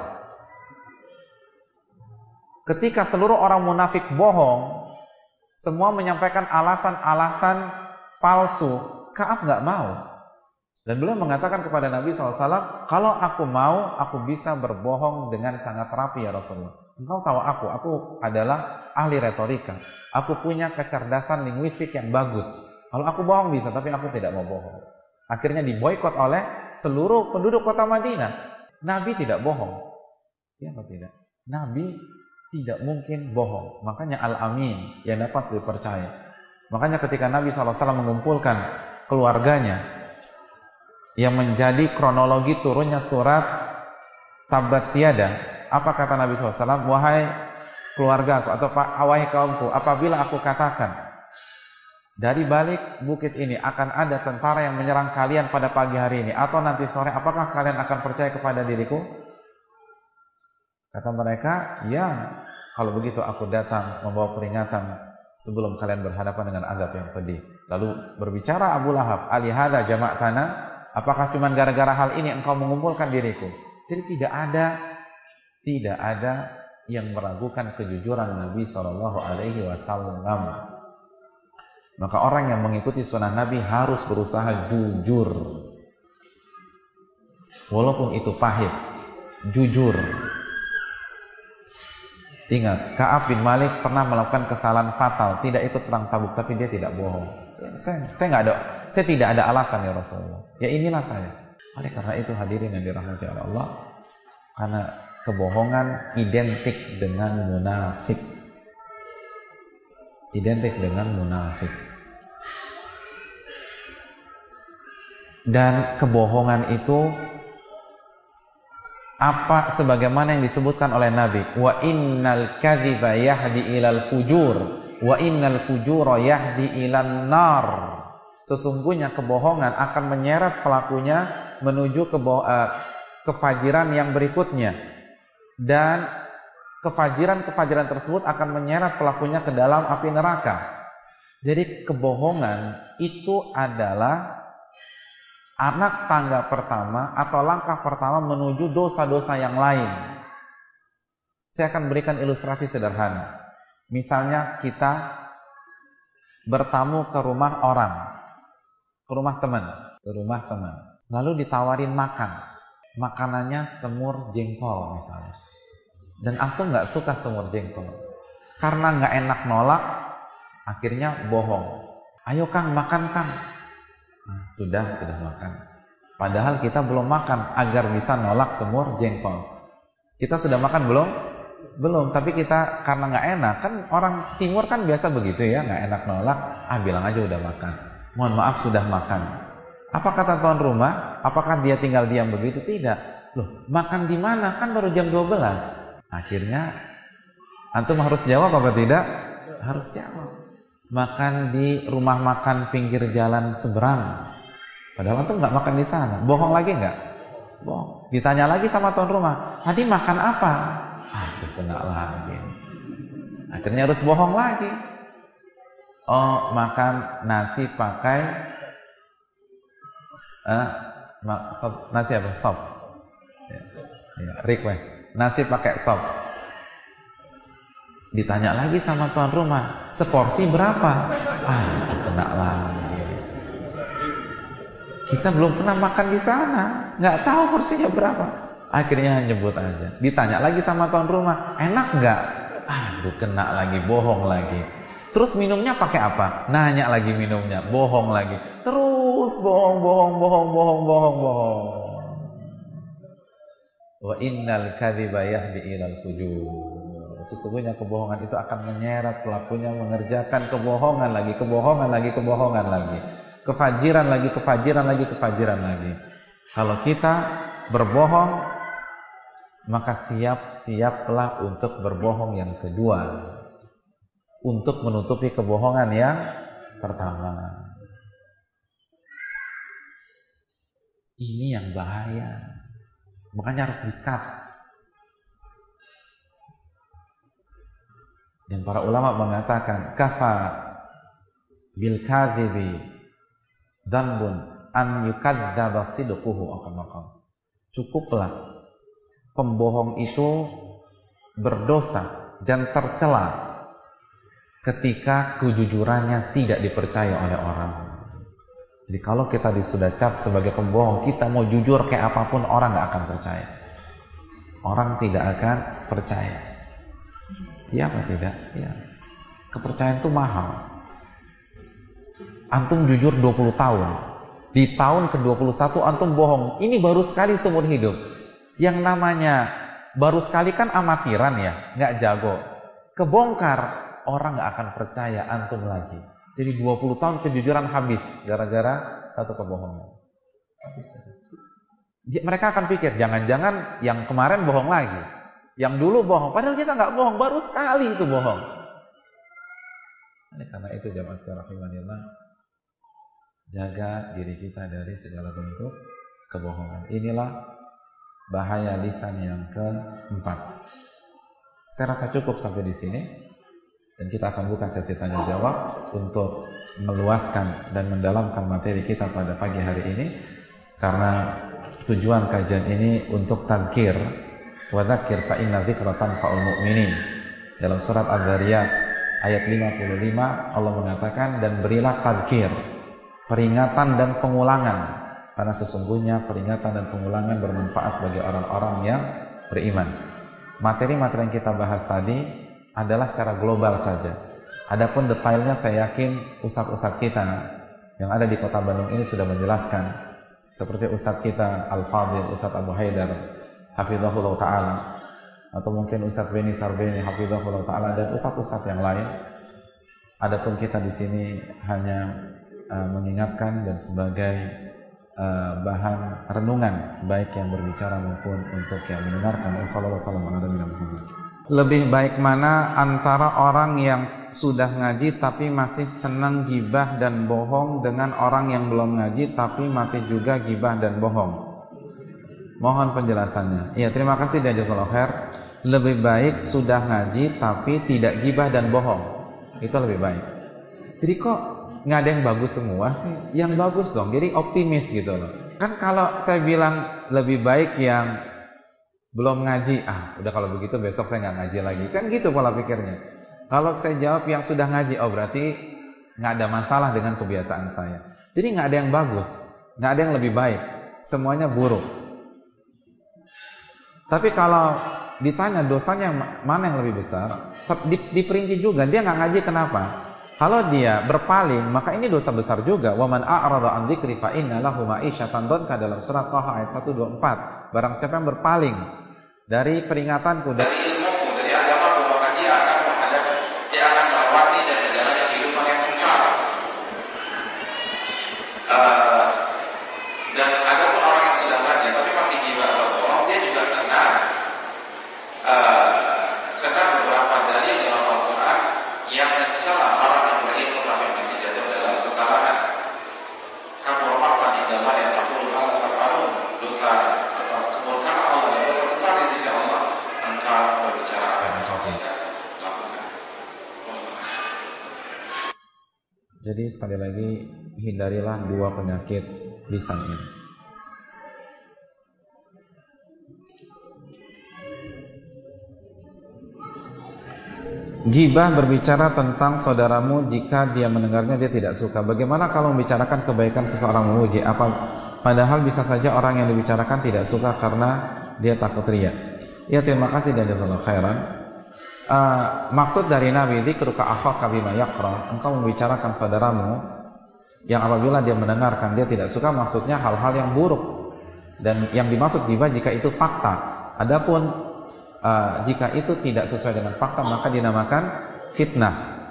Ketika seluruh orang munafik bohong, semua menyampaikan alasan-alasan palsu, Ka'ab nggak mau. Dan beliau mengatakan kepada Nabi shallallahu alaihi wasallam, kalau aku mau, aku bisa berbohong dengan sangat rapi ya Rasulullah. Engkau tahu aku, aku adalah ahli retorika. Aku punya kecerdasan linguistik yang bagus. Kalau aku bohong bisa, tapi aku tidak mau bohong. Akhirnya diboikot oleh seluruh penduduk kota Madinah. Nabi tidak bohong. Ya atau tidak? Nabi tidak mungkin bohong. Makanya Al-Amin yang dapat dipercaya. Makanya ketika Nabi shallallahu alaihi wasallam mengumpulkan keluarganya yang menjadi kronologi turunnya surat Tabbat Yada, apa kata Nabi shallallahu alaihi wasallam? Wahai keluargaku atau wahai kaumku, apabila aku katakan dari balik bukit ini akan ada tentara yang menyerang kalian pada pagi hari ini atau nanti sore, apakah kalian akan percaya kepada diriku? Kata mereka, ya, kalau begitu aku datang membawa peringatan sebelum kalian berhadapan dengan azab yang pedih. Lalu berbicara Abu Lahab, alihada jama'tana, apakah cuma gara-gara hal ini engkau mengumpulkan diriku? Jadi tidak ada tidak ada yang meragukan kejujuran Nabi shallallahu alaihi wasallam. Maka orang yang mengikuti sunnah Nabi harus berusaha jujur, walaupun itu pahit. Jujur. Ingat, Ka'ab bin Malik pernah melakukan kesalahan fatal, tidak ikut perang Tabuk, tapi dia tidak bohong. Ya, saya saya nggak ada, saya tidak ada alasan ya Rasulullah. Ya inilah saya. Oleh karena itu hadirin yang dirahmati oleh Allah, karena kebohongan identik dengan munafik. Identik dengan munafik. Dan kebohongan itu apa sebagaimana yang disebutkan oleh Nabi, wa innal kadhiba yahdi ilal fujur wa innal fujura yahdi ilan nar. Sesungguhnya kebohongan akan menyeret pelakunya menuju ke uh, kefajiran yang berikutnya, dan kefajiran-kefajiran tersebut akan menyeret pelakunya ke dalam api neraka. Jadi kebohongan itu adalah anak tangga pertama atau langkah pertama menuju dosa-dosa yang lain. Saya akan berikan ilustrasi sederhana. Misalnya kita bertamu ke rumah orang, ke rumah teman, ke rumah teman. Lalu ditawarin makan. Makanannya semur jengkol misalnya. Dan aku nggak suka semur jengkol. Karena nggak enak nolak, akhirnya bohong. Ayo Kang, makan Kang. Nah, sudah, sudah makan. Padahal kita belum makan agar bisa nolak semur jengkol. Kita sudah makan belum? Belum, tapi kita karena nggak enak, kan orang timur kan biasa begitu ya, nggak enak nolak, ah bilang aja udah makan. Mohon maaf sudah makan. Apa kata tuan rumah? Apakah dia tinggal diam begitu? Tidak. Loh, makan di mana? Kan baru jam dua belas. Akhirnya antum harus jawab apa tidak? Harus jawab. Makan di rumah makan pinggir jalan seberang. Padahal antum nggak makan di sana. Bohong lagi nggak? Bohong. Ditanya lagi sama tuan rumah, tadi makan apa? Aduh, kena lagi. Akhirnya harus bohong lagi. Oh, makan nasi pakai eh, sop, nasi apa? Sop. Ya, ya, request. Nasi pakai sop. Ditanya lagi sama tuan rumah, seporsi berapa? Ah, kena lagi. Kita belum pernah makan di sana, nggak tahu porsinya berapa. Akhirnya nyebut aja. Ditanya lagi sama tuan rumah, enak nggak? Aduh, kena lagi, bohong lagi. Terus minumnya pakai apa? Nanya lagi minumnya, bohong lagi. Terus bohong, bohong, bohong, bohong, bohong, bohong. Wa innal kadhiba yahdi ilal fujur. Sesungguhnya kebohongan itu akan menyeret pelakunya mengerjakan kebohongan lagi, kebohongan lagi, kebohongan lagi. kefajiran lagi, kefajiran lagi, kefajiran lagi. Kalau kita berbohong, maka siap-siaplah untuk berbohong yang kedua, untuk menutupi kebohongan yang pertama. Ini yang bahaya. Makanya harus di-cut. Dan para ulama mengatakan kafa bil kadhibi dhanbun an yukadzdzaba sidquhu akamaqam. Cukuplah pembohong itu berdosa dan tercela ketika kejujurannya tidak dipercaya oleh orang. Jadi kalau kita sudah cap sebagai pembohong, kita mau jujur kayak apapun, orang gak akan percaya. Orang tidak akan percaya. Iya apa tidak? Ya. Kepercayaan itu mahal. Antum jujur dua puluh tahun, di tahun ke dua puluh satu antum bohong. Ini baru sekali seumur hidup. Yang namanya baru sekali kan amatiran ya, gak jago. Kebongkar, orang gak akan percaya antum lagi. Jadi dua puluh tahun kejujuran habis gara-gara satu kebohongan. Habis. Mereka akan pikir, jangan-jangan yang kemarin bohong lagi, yang dulu bohong, padahal kita nggak bohong, baru sekali itu bohong. Ini karena itu jamaah sekalian rahimanillah, jaga diri kita dari segala bentuk kebohongan. Inilah bahaya lisan yang keempat. Saya rasa cukup sampai di sini, dan kita akan buka sesi tanya jawab untuk meluaskan dan mendalamkan materi kita pada pagi hari ini, karena tujuan kajian ini untuk tadzkir. Wa dzakir fa inna dzikra tanfa'ul mu'minin. Dalam surat Adz-Dzariyat ayat lima puluh lima Allah mengatakan, dan berilah tadzkir, peringatan dan pengulangan, karena sesungguhnya peringatan dan pengulangan bermanfaat bagi orang-orang yang beriman. Materi-materi yang kita bahas tadi adalah secara global saja. Adapun detailnya saya yakin ustadz-ustadz kita yang ada di kota Bandung ini sudah menjelaskan, seperti ustadz kita Al-Fadhil, Ustadz Abu Haidar hafizahullah ta'ala, atau mungkin Ustadz Beni Sarbeni hafizahullah ta'ala, dan ustadz-ustadz yang lain. Adapun kita di sini hanya uh, mengingatkan dan sebagai uh, bahan renungan, baik yang berbicara maupun untuk yang mendengarkan. Wassalamualaikum warahmatullahi wabarakatuh. Lebih baik mana antara orang yang sudah ngaji tapi masih senang gibah dan bohong, dengan orang yang belum ngaji tapi masih juga gibah dan bohong? Mohon penjelasannya. Iya, terima kasih dan jazakallahu khair. Lebih baik sudah ngaji tapi tidak gibah dan bohong. Itu lebih baik. Jadi kok nggak ada yang bagus semua sih? Yang bagus dong. Jadi optimis gitu loh. Kan kalau saya bilang lebih baik yang belum ngaji, ah udah kalau begitu besok saya nggak ngaji lagi. Kan gitu pola pikirnya. Kalau saya jawab yang sudah ngaji, oh berarti nggak ada masalah dengan kebiasaan saya. Jadi nggak ada yang bagus, nggak ada yang lebih baik. Semuanya buruk. Tapi kalau ditanya dosanya mana yang lebih besar, diperinci juga. Dia nggak ngaji kenapa? Kalau dia berpaling, maka ini dosa besar juga. Wa man a'rada an dzikri fa inna lahu ma'isyatan dhanka, dalam surat Thaha ayat seratus dua puluh empat. Barang siapa yang berpaling dari peringatanku, dari ilmuku, dari agamaku, maka dia akan menghadapi, dia akan melewati dan menjalani kehidupan yang sengsara. Uh, dan adapun orang yang sudah ngaji tapi masih gibah atau bohong, dia juga kena uh, kena beberapa dalil dalam Al-Quran yang mencela orang yang berilmu tapi masih jatuh dalam kesalahan. Kamu maqtan indallahi yang taqulu ma la taf'alun. Dosa kemurkaan Allah, dosa besar di sisi Allah, engkau berbicara apa yang engkau tidak lakukan. Jadi sekali lagi, hindarilah dua penyakit lisan ini. Ghibah, berbicara tentang saudaramu jika dia mendengarnya dia tidak suka. Bagaimana kalau membicarakan kebaikan seseorang memuji? Apa padahal bisa saja orang yang dibicarakan tidak suka karena dia takut riya. Ya, terima kasih dan jazakallahu khairan. Uh, maksud dari Nabi dzikruka akhaka bima yaqra, engkau membicarakan saudaramu yang apabila dia mendengarkan dia tidak suka, maksudnya hal-hal yang buruk. Dan yang dimaksud ghibah jika itu fakta. Adapun Uh, jika itu tidak sesuai dengan fakta, maka dinamakan fitnah.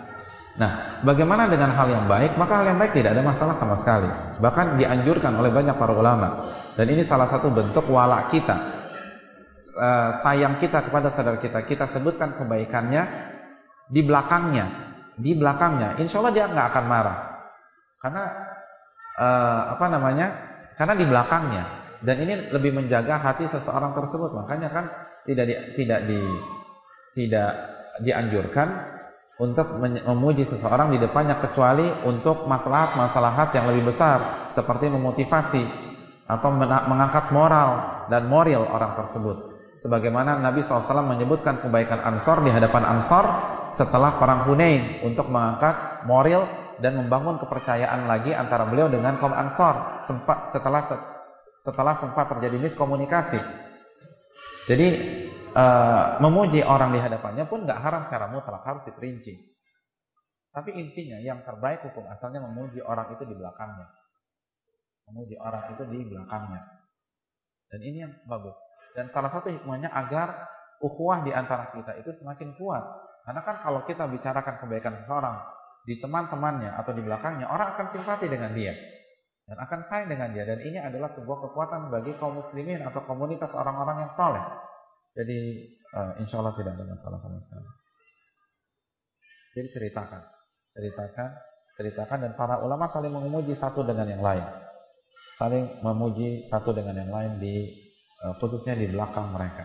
Nah, bagaimana dengan hal yang baik? Maka hal yang baik tidak ada masalah sama sekali. Bahkan dianjurkan oleh banyak para ulama. Dan ini salah satu bentuk wala kita, uh, sayang kita kepada saudara kita. Kita sebutkan kebaikannya di belakangnya, di belakangnya. Insya Allah dia nggak akan marah, karena uh, apa namanya? Karena di belakangnya. Dan ini lebih menjaga hati seseorang tersebut. Makanya kan tidak di, tidak di, tidak dianjurkan untuk memuji seseorang di depannya kecuali untuk maslahat-maslahat yang lebih besar, seperti memotivasi atau mengangkat moral dan moral orang tersebut. Sebagaimana Nabi shallallahu alaihi wasallam menyebutkan kebaikan Ansor di hadapan Ansor setelah perang Hunain untuk mengangkat moral dan membangun kepercayaan lagi antara beliau dengan kaum Ansor sempat setelah setelah sempat terjadi miskomunikasi. Jadi Uh, memuji orang di hadapannya pun nggak haram secara mutlak, harus diperinci. Tapi intinya yang terbaik hukum asalnya memuji orang itu di belakangnya, memuji orang itu di belakangnya. Dan ini yang bagus. Dan salah satu hikmahnya agar ukhuwah di antara kita itu semakin kuat. Karena kan kalau kita bicarakan kebaikan seseorang di teman-temannya atau di belakangnya, orang akan simpati dengan dia dan akan sayang dengan dia. Dan ini adalah sebuah kekuatan bagi kaum muslimin atau komunitas orang-orang yang saleh. Jadi uh, insya Allah tidak ada masalah sama sekali. Jadi ceritakan, ceritakan, ceritakan dan para ulama saling memuji satu dengan yang lain, saling memuji satu dengan yang lain di uh, khususnya di belakang mereka.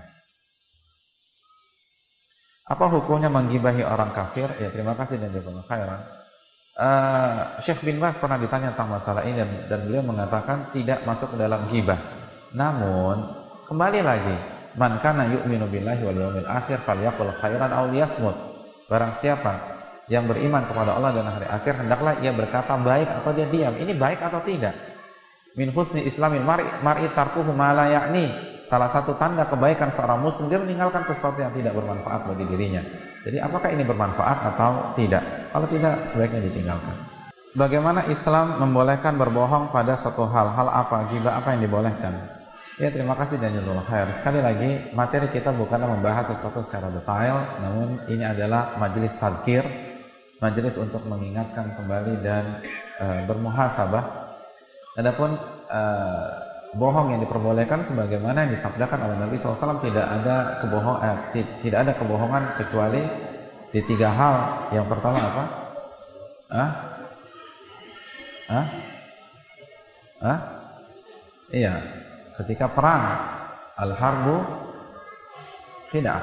Apa hukumnya menggibahi orang kafir? Ya terima kasih dan jazakallahu khairan. Uh, Syekh bin Baz pernah ditanya tentang masalah ini dan, dan beliau mengatakan tidak masuk ke dalam ghibah. Namun kembali lagi, man kana yu'minu billahi wal yawmil akhir falyaqul khairan aw liyasmut. Barang siapa yang beriman kepada Allah dan hari akhir, hendaklah ia berkata baik atau dia diam. Ini baik atau tidak? Min husni islamil mar'i mar'i tarkuhu ma la ya'ni. Salah satu tanda kebaikan seorang muslim, dia meninggalkan sesuatu yang tidak bermanfaat bagi dirinya. Jadi apakah ini bermanfaat atau tidak? Kalau tidak, sebaiknya ditinggalkan. Bagaimana Islam membolehkan berbohong pada suatu hal? Hal apa? Ghibah apa yang dibolehkan? Ya terima kasih dan jazakallahu khair. Sekali lagi materi kita bukanlah membahas sesuatu secara detail, namun ini adalah majelis tadzkir, majelis untuk mengingatkan kembali dan e, bermuhasabah. Adapun e, bohong yang diperbolehkan sebagaimana yang disabdakan oleh Nabi shallallahu alaihi wasallam, tidak ada kebohong, eh, tidak ada kebohongan kecuali di tiga hal. Yang pertama apa? Ah? Ah? Ah? Iya. Ketika perang, al-harbu khid'ah.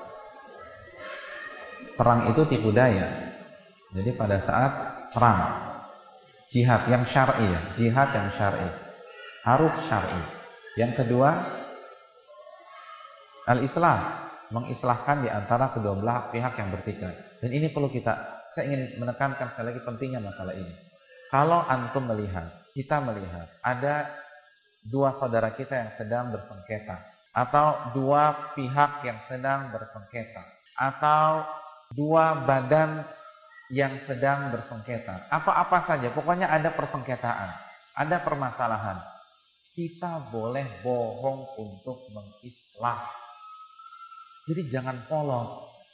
Perang itu tipu daya. Jadi pada saat perang, jihad yang syar'i, jihad yang syar'i harus syar'i. Yang kedua, al-islah, mengislahkan di antara kedua belah pihak yang bertikai. Dan ini perlu kita, saya ingin menekankan sekali lagi pentingnya masalah ini. Kalau antum melihat, kita melihat ada dua saudara kita yang sedang bersengketa, atau dua pihak yang sedang bersengketa, atau dua badan yang sedang bersengketa, apa-apa saja, pokoknya ada persengketaan, ada permasalahan, kita boleh bohong untuk mengislah. Jadi jangan polos.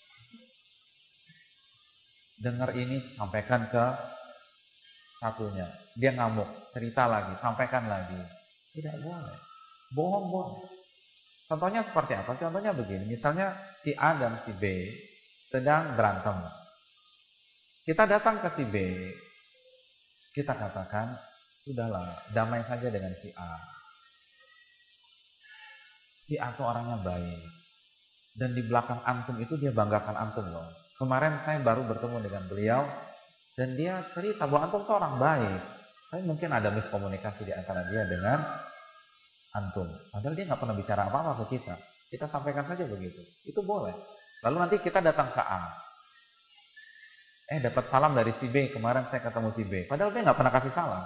Dengar ini, sampaikan ke satunya, dia ngamuk, cerita lagi, sampaikan lagi. Tidak boleh. Bohong boleh. Contohnya seperti apa? Contohnya begini. Misalnya si A dan si B sedang berantem. Kita datang ke si B. Kita katakan, sudahlah, damai saja dengan si A. Si A itu orangnya baik. Dan di belakang antum itu dia banggakan antum loh. Kemarin saya baru bertemu dengan beliau dan dia cerita bahwa antum itu orang baik. Tapi mungkin ada miskomunikasi di antara dia dengan antum. Padahal dia nggak pernah bicara apa-apa ke kita. Kita sampaikan saja begitu. Itu boleh. Lalu nanti kita datang ke A. Eh dapat salam dari si B, kemarin saya ketemu si B. Padahal dia nggak pernah kasih salam.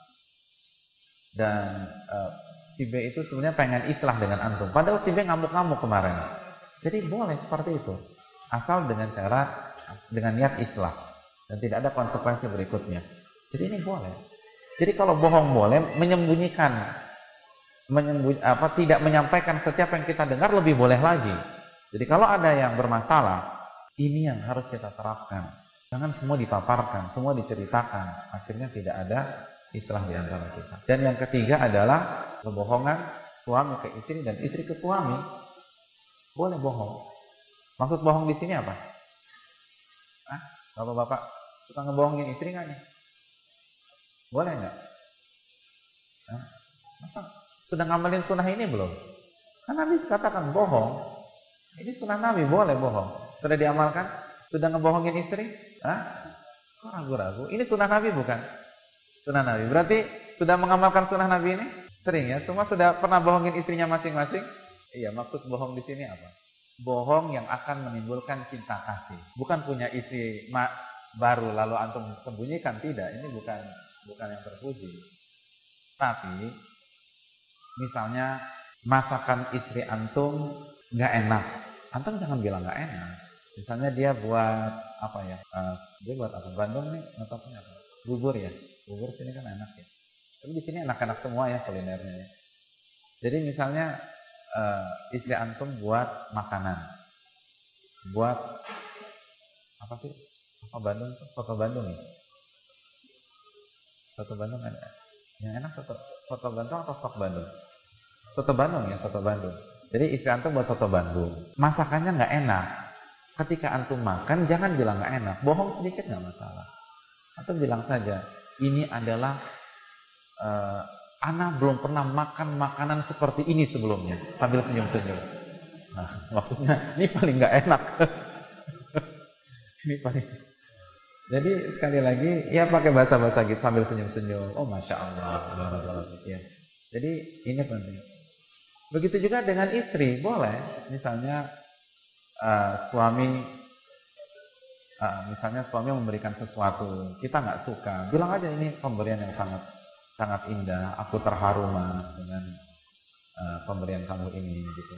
Dan uh, si B itu sebenarnya pengen islah dengan antum. Padahal si B ngamuk-ngamuk kemarin. Jadi boleh seperti itu. Asal dengan cara, dengan niat islah. Dan tidak ada konsekuensi berikutnya. Jadi ini boleh. Jadi kalau bohong boleh, menyembunyikan, menyembunyi, apa, tidak menyampaikan setiap yang kita dengar lebih boleh lagi. Jadi kalau ada yang bermasalah, ini yang harus kita terapkan. Jangan semua dipaparkan, semua diceritakan. Akhirnya tidak ada istilah di antara kita. Dan yang ketiga adalah kebohongan suami ke istri dan istri ke suami. Boleh bohong. Maksud bohong di sini apa? Ah, bapak-bapak suka ngebohongin istri nggak nih? Boleh nggak? Nah, masa sudah ngamalin sunnah ini belum? Kan Nabi katakan bohong. Ini sunnah Nabi, boleh bohong. Sudah diamalkan? Sudah ngebohongin istri? Hah? Kok ragu-ragu? Ini sunnah Nabi bukan? Sunnah Nabi. Berarti sudah mengamalkan sunnah Nabi ini? Sering ya? Semua sudah pernah bohongin istrinya masing-masing? Iya, maksud bohong di sini apa? Bohong yang akan menimbulkan cinta kasih. Bukan punya istri baru lalu antum sembunyikan, tidak. Ini bukan bukan yang terpuji. Tapi misalnya masakan istri antum nggak enak, antum jangan bilang nggak enak. Misalnya dia buat apa ya? Uh, dia buat apa? Bandung nih, ngetopnya apa? Bubur ya. Bubur sini kan enak ya. Tapi di sini enak-enak semua ya kulinernya. Ya. Jadi misalnya uh, istri antum buat makanan, buat apa sih? Apa Bandung tuh? Soto Bandung ya. Soto Bandung ada. Yang enak soto, soto Bandung atau sok Bandung? Soto Bandung ya, soto Bandung. Jadi istri antum buat soto Bandung. Masakannya nggak enak. Ketika antum makan, jangan bilang nggak enak. Bohong sedikit nggak masalah. Antum bilang saja, ini adalah uh, ana belum pernah makan makanan seperti ini sebelumnya, sambil senyum-senyum. Nah, maksudnya ini paling nggak enak. Ini paling. Jadi sekali lagi, ya pakai bahasa-bahasa gitu sambil senyum-senyum. Oh, masya Allah. Ya. Jadi ini penting. Begitu juga dengan istri, boleh. Misalnya uh, suami, uh, misalnya suami memberikan sesuatu, kita nggak suka, bilang aja ini pemberian yang sangat sangat indah. Aku terharu mas dengan uh, pemberian kamu ini, gitu.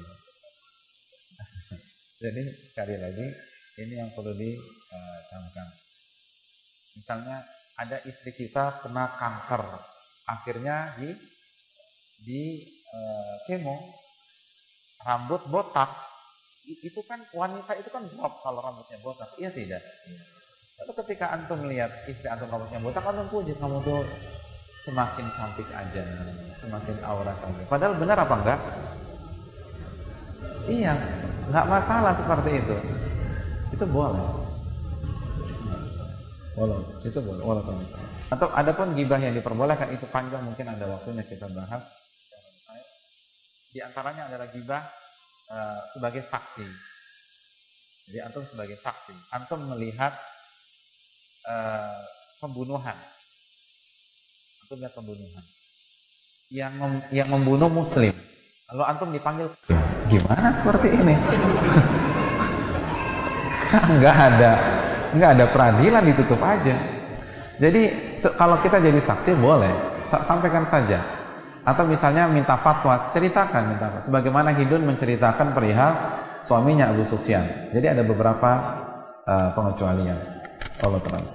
Jadi sekali lagi, ini yang perlu dicamkan. Misalnya ada istri kita kena kanker, akhirnya di di uh, kemo, rambut botak, itu kan wanita itu kan drop kalau rambutnya botak, iya tidak? Lalu ketika antum melihat istri antum rambutnya botak, antum puji kamu tuh semakin cantik aja, semakin aura saja. Padahal benar apa enggak? Iya, enggak masalah seperti itu. Itu boleh. Walau itu boleh, walaupun misalnya. Atau adapun gibah yang diperbolehkan itu panjang, mungkin ada waktunya kita bahas secara detail. Di antaranya adalah gibah uh, sebagai saksi. Jadi antum sebagai saksi, antum melihat uh, pembunuhan, antum lihat pembunuhan yang mem yang membunuh muslim, lalu antum dipanggil, gimana seperti ini? Enggak ada. Nggak ada peradilan, ditutup aja. Jadi kalau kita jadi saksi boleh, sampaikan saja. Atau misalnya minta fatwa, ceritakan minta fatwa. Sebagaimana Hidun menceritakan perihal suaminya Abu Sufyan. Jadi ada beberapa uh, pengecualian. Allah terang.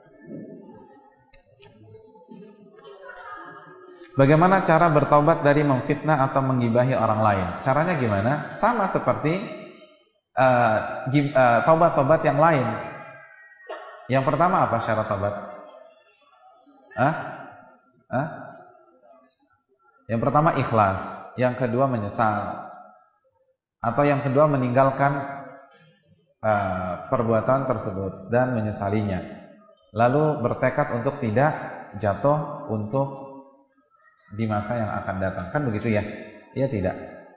Bagaimana cara bertobat dari memfitnah atau menggibahi orang lain? Caranya gimana? Sama seperti uh, uh, tobat-tobat yang lain. Yang pertama apa syarat tobat? Hah? Hah? Yang pertama ikhlas, yang kedua menyesal, atau yang kedua meninggalkan uh, perbuatan tersebut dan menyesalinya. Lalu bertekad untuk tidak jatuh untuk di masa yang akan datang. Kan begitu ya? Iya tidak?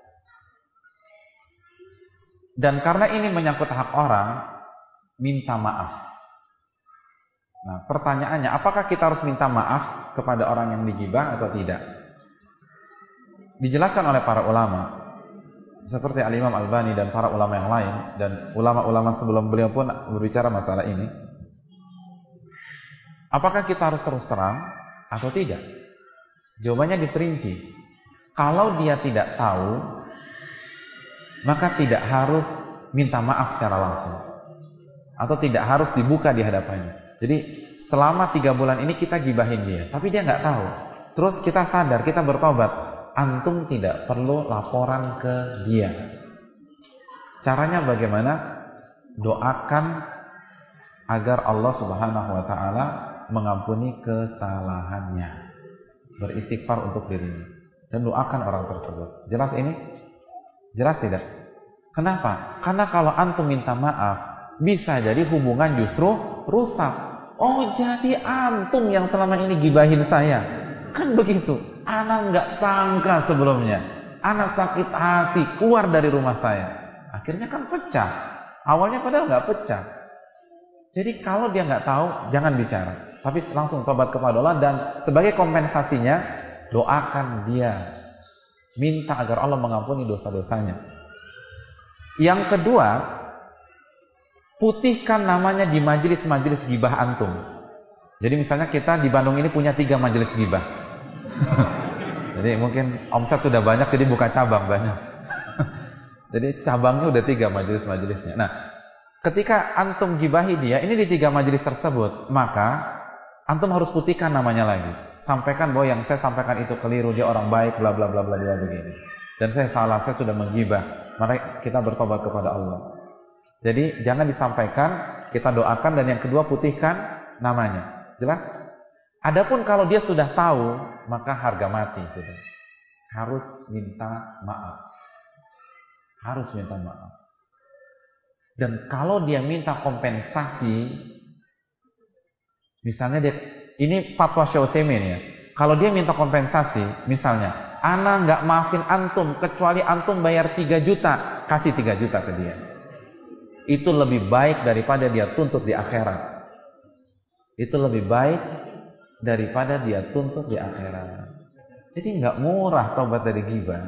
Dan karena ini menyangkut hak orang, minta maaf. Nah, pertanyaannya, apakah kita harus minta maaf kepada orang yang digibah atau tidak? Dijelaskan oleh para ulama, seperti Al-Imam Al-Albani dan para ulama yang lain, dan ulama-ulama sebelum beliau pun berbicara masalah ini. Apakah kita harus terus terang atau tidak? Jawabannya diperinci. Kalau dia tidak tahu, maka tidak harus minta maaf secara langsung, atau tidak harus dibuka di hadapannya. Jadi selama tiga bulan ini kita gibahin dia, tapi dia nggak tahu. Terus kita sadar, kita bertobat. Antum tidak perlu laporan ke dia. Caranya bagaimana? Doakan agar Allah Subhanahu wa taala mengampuni kesalahannya. Beristighfar untuk dirinya dan doakan orang tersebut. Jelas ini? Jelas tidak? Kenapa? Karena kalau antum minta maaf, bisa jadi hubungan justru rusak. Oh, jadi antum yang selama ini gibahin saya. Kan begitu. Ana nggak sangka sebelumnya. Ana sakit hati keluar dari rumah saya. Akhirnya kan pecah. Awalnya padahal nggak pecah. Jadi kalau dia nggak tahu, jangan bicara. Tapi langsung tobat kepada Allah dan sebagai kompensasinya, doakan dia. Minta agar Allah mengampuni dosa-dosanya. Yang kedua, putihkan namanya di majelis-majelis gibah antum. Jadi misalnya kita di Bandung ini punya tiga majelis gibah. Jadi mungkin omset sudah banyak, jadi buka cabang banyak. Jadi cabangnya udah tiga majelis-majelisnya. Nah, ketika antum gibahi dia, ini di tiga majelis tersebut, maka antum harus putihkan namanya lagi. Sampaikan bahwa yang saya sampaikan itu keliru, dia orang baik, bla bla bla bla bla begini. Dan saya salah, saya sudah menggibah. Mari kita bertobat kepada Allah. Jadi jangan disampaikan, kita doakan, dan yang kedua putihkan namanya. Jelas? Adapun kalau dia sudah tahu, maka harga mati sudah. Harus minta maaf. Harus minta maaf. Dan kalau dia minta kompensasi, misalnya dia, ini fatwa Syekh Utsaimin ya. Kalau dia minta kompensasi, misalnya, ana nggak maafin antum kecuali antum bayar tiga juta, kasih tiga juta ke dia. Itu lebih baik daripada dia tuntut di akhirat. Itu lebih baik daripada dia tuntut di akhirat. Jadi nggak murah taubat dari ghibah.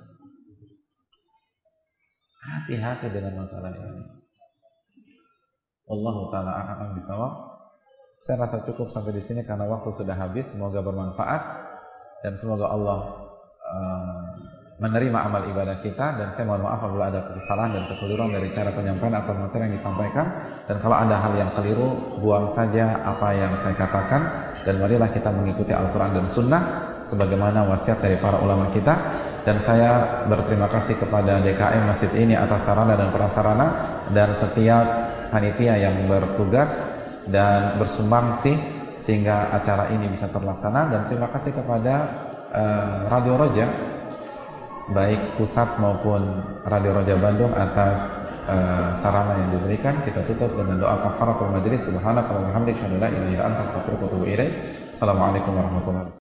Hati-hati dengan masalah ini. Wallahu taala a'lam bishawab. Saya rasa cukup sampai di sini karena waktu sudah habis. Semoga bermanfaat dan semoga Allah uh, menerima amal ibadah kita. Dan saya mohon maaf apabila ada kesalahan dan kekeliruan dari cara penyampaian atau materi yang disampaikan. Dan kalau ada hal yang keliru, buang saja apa yang saya katakan. Dan marilah kita mengikuti Al-Quran dan Sunnah sebagaimana wasiat dari para ulama kita. Dan saya berterima kasih kepada D K M Masjid ini atas sarana dan prasarana dan setiap panitia yang bertugas dan bersumbangsi sehingga acara ini bisa terlaksana. Dan terima kasih kepada uh, Radio Roja, baik pusat maupun Radio Roja Bandung atas uh, sarana yang diberikan. Kita tutup dengan doa kafaratul majlis. Subhanaka wa bihamdika, la ilaha illa anta, astaghfiruka wa atubu ilaik. Assalamualaikum warahmatullahi wabarakatuh.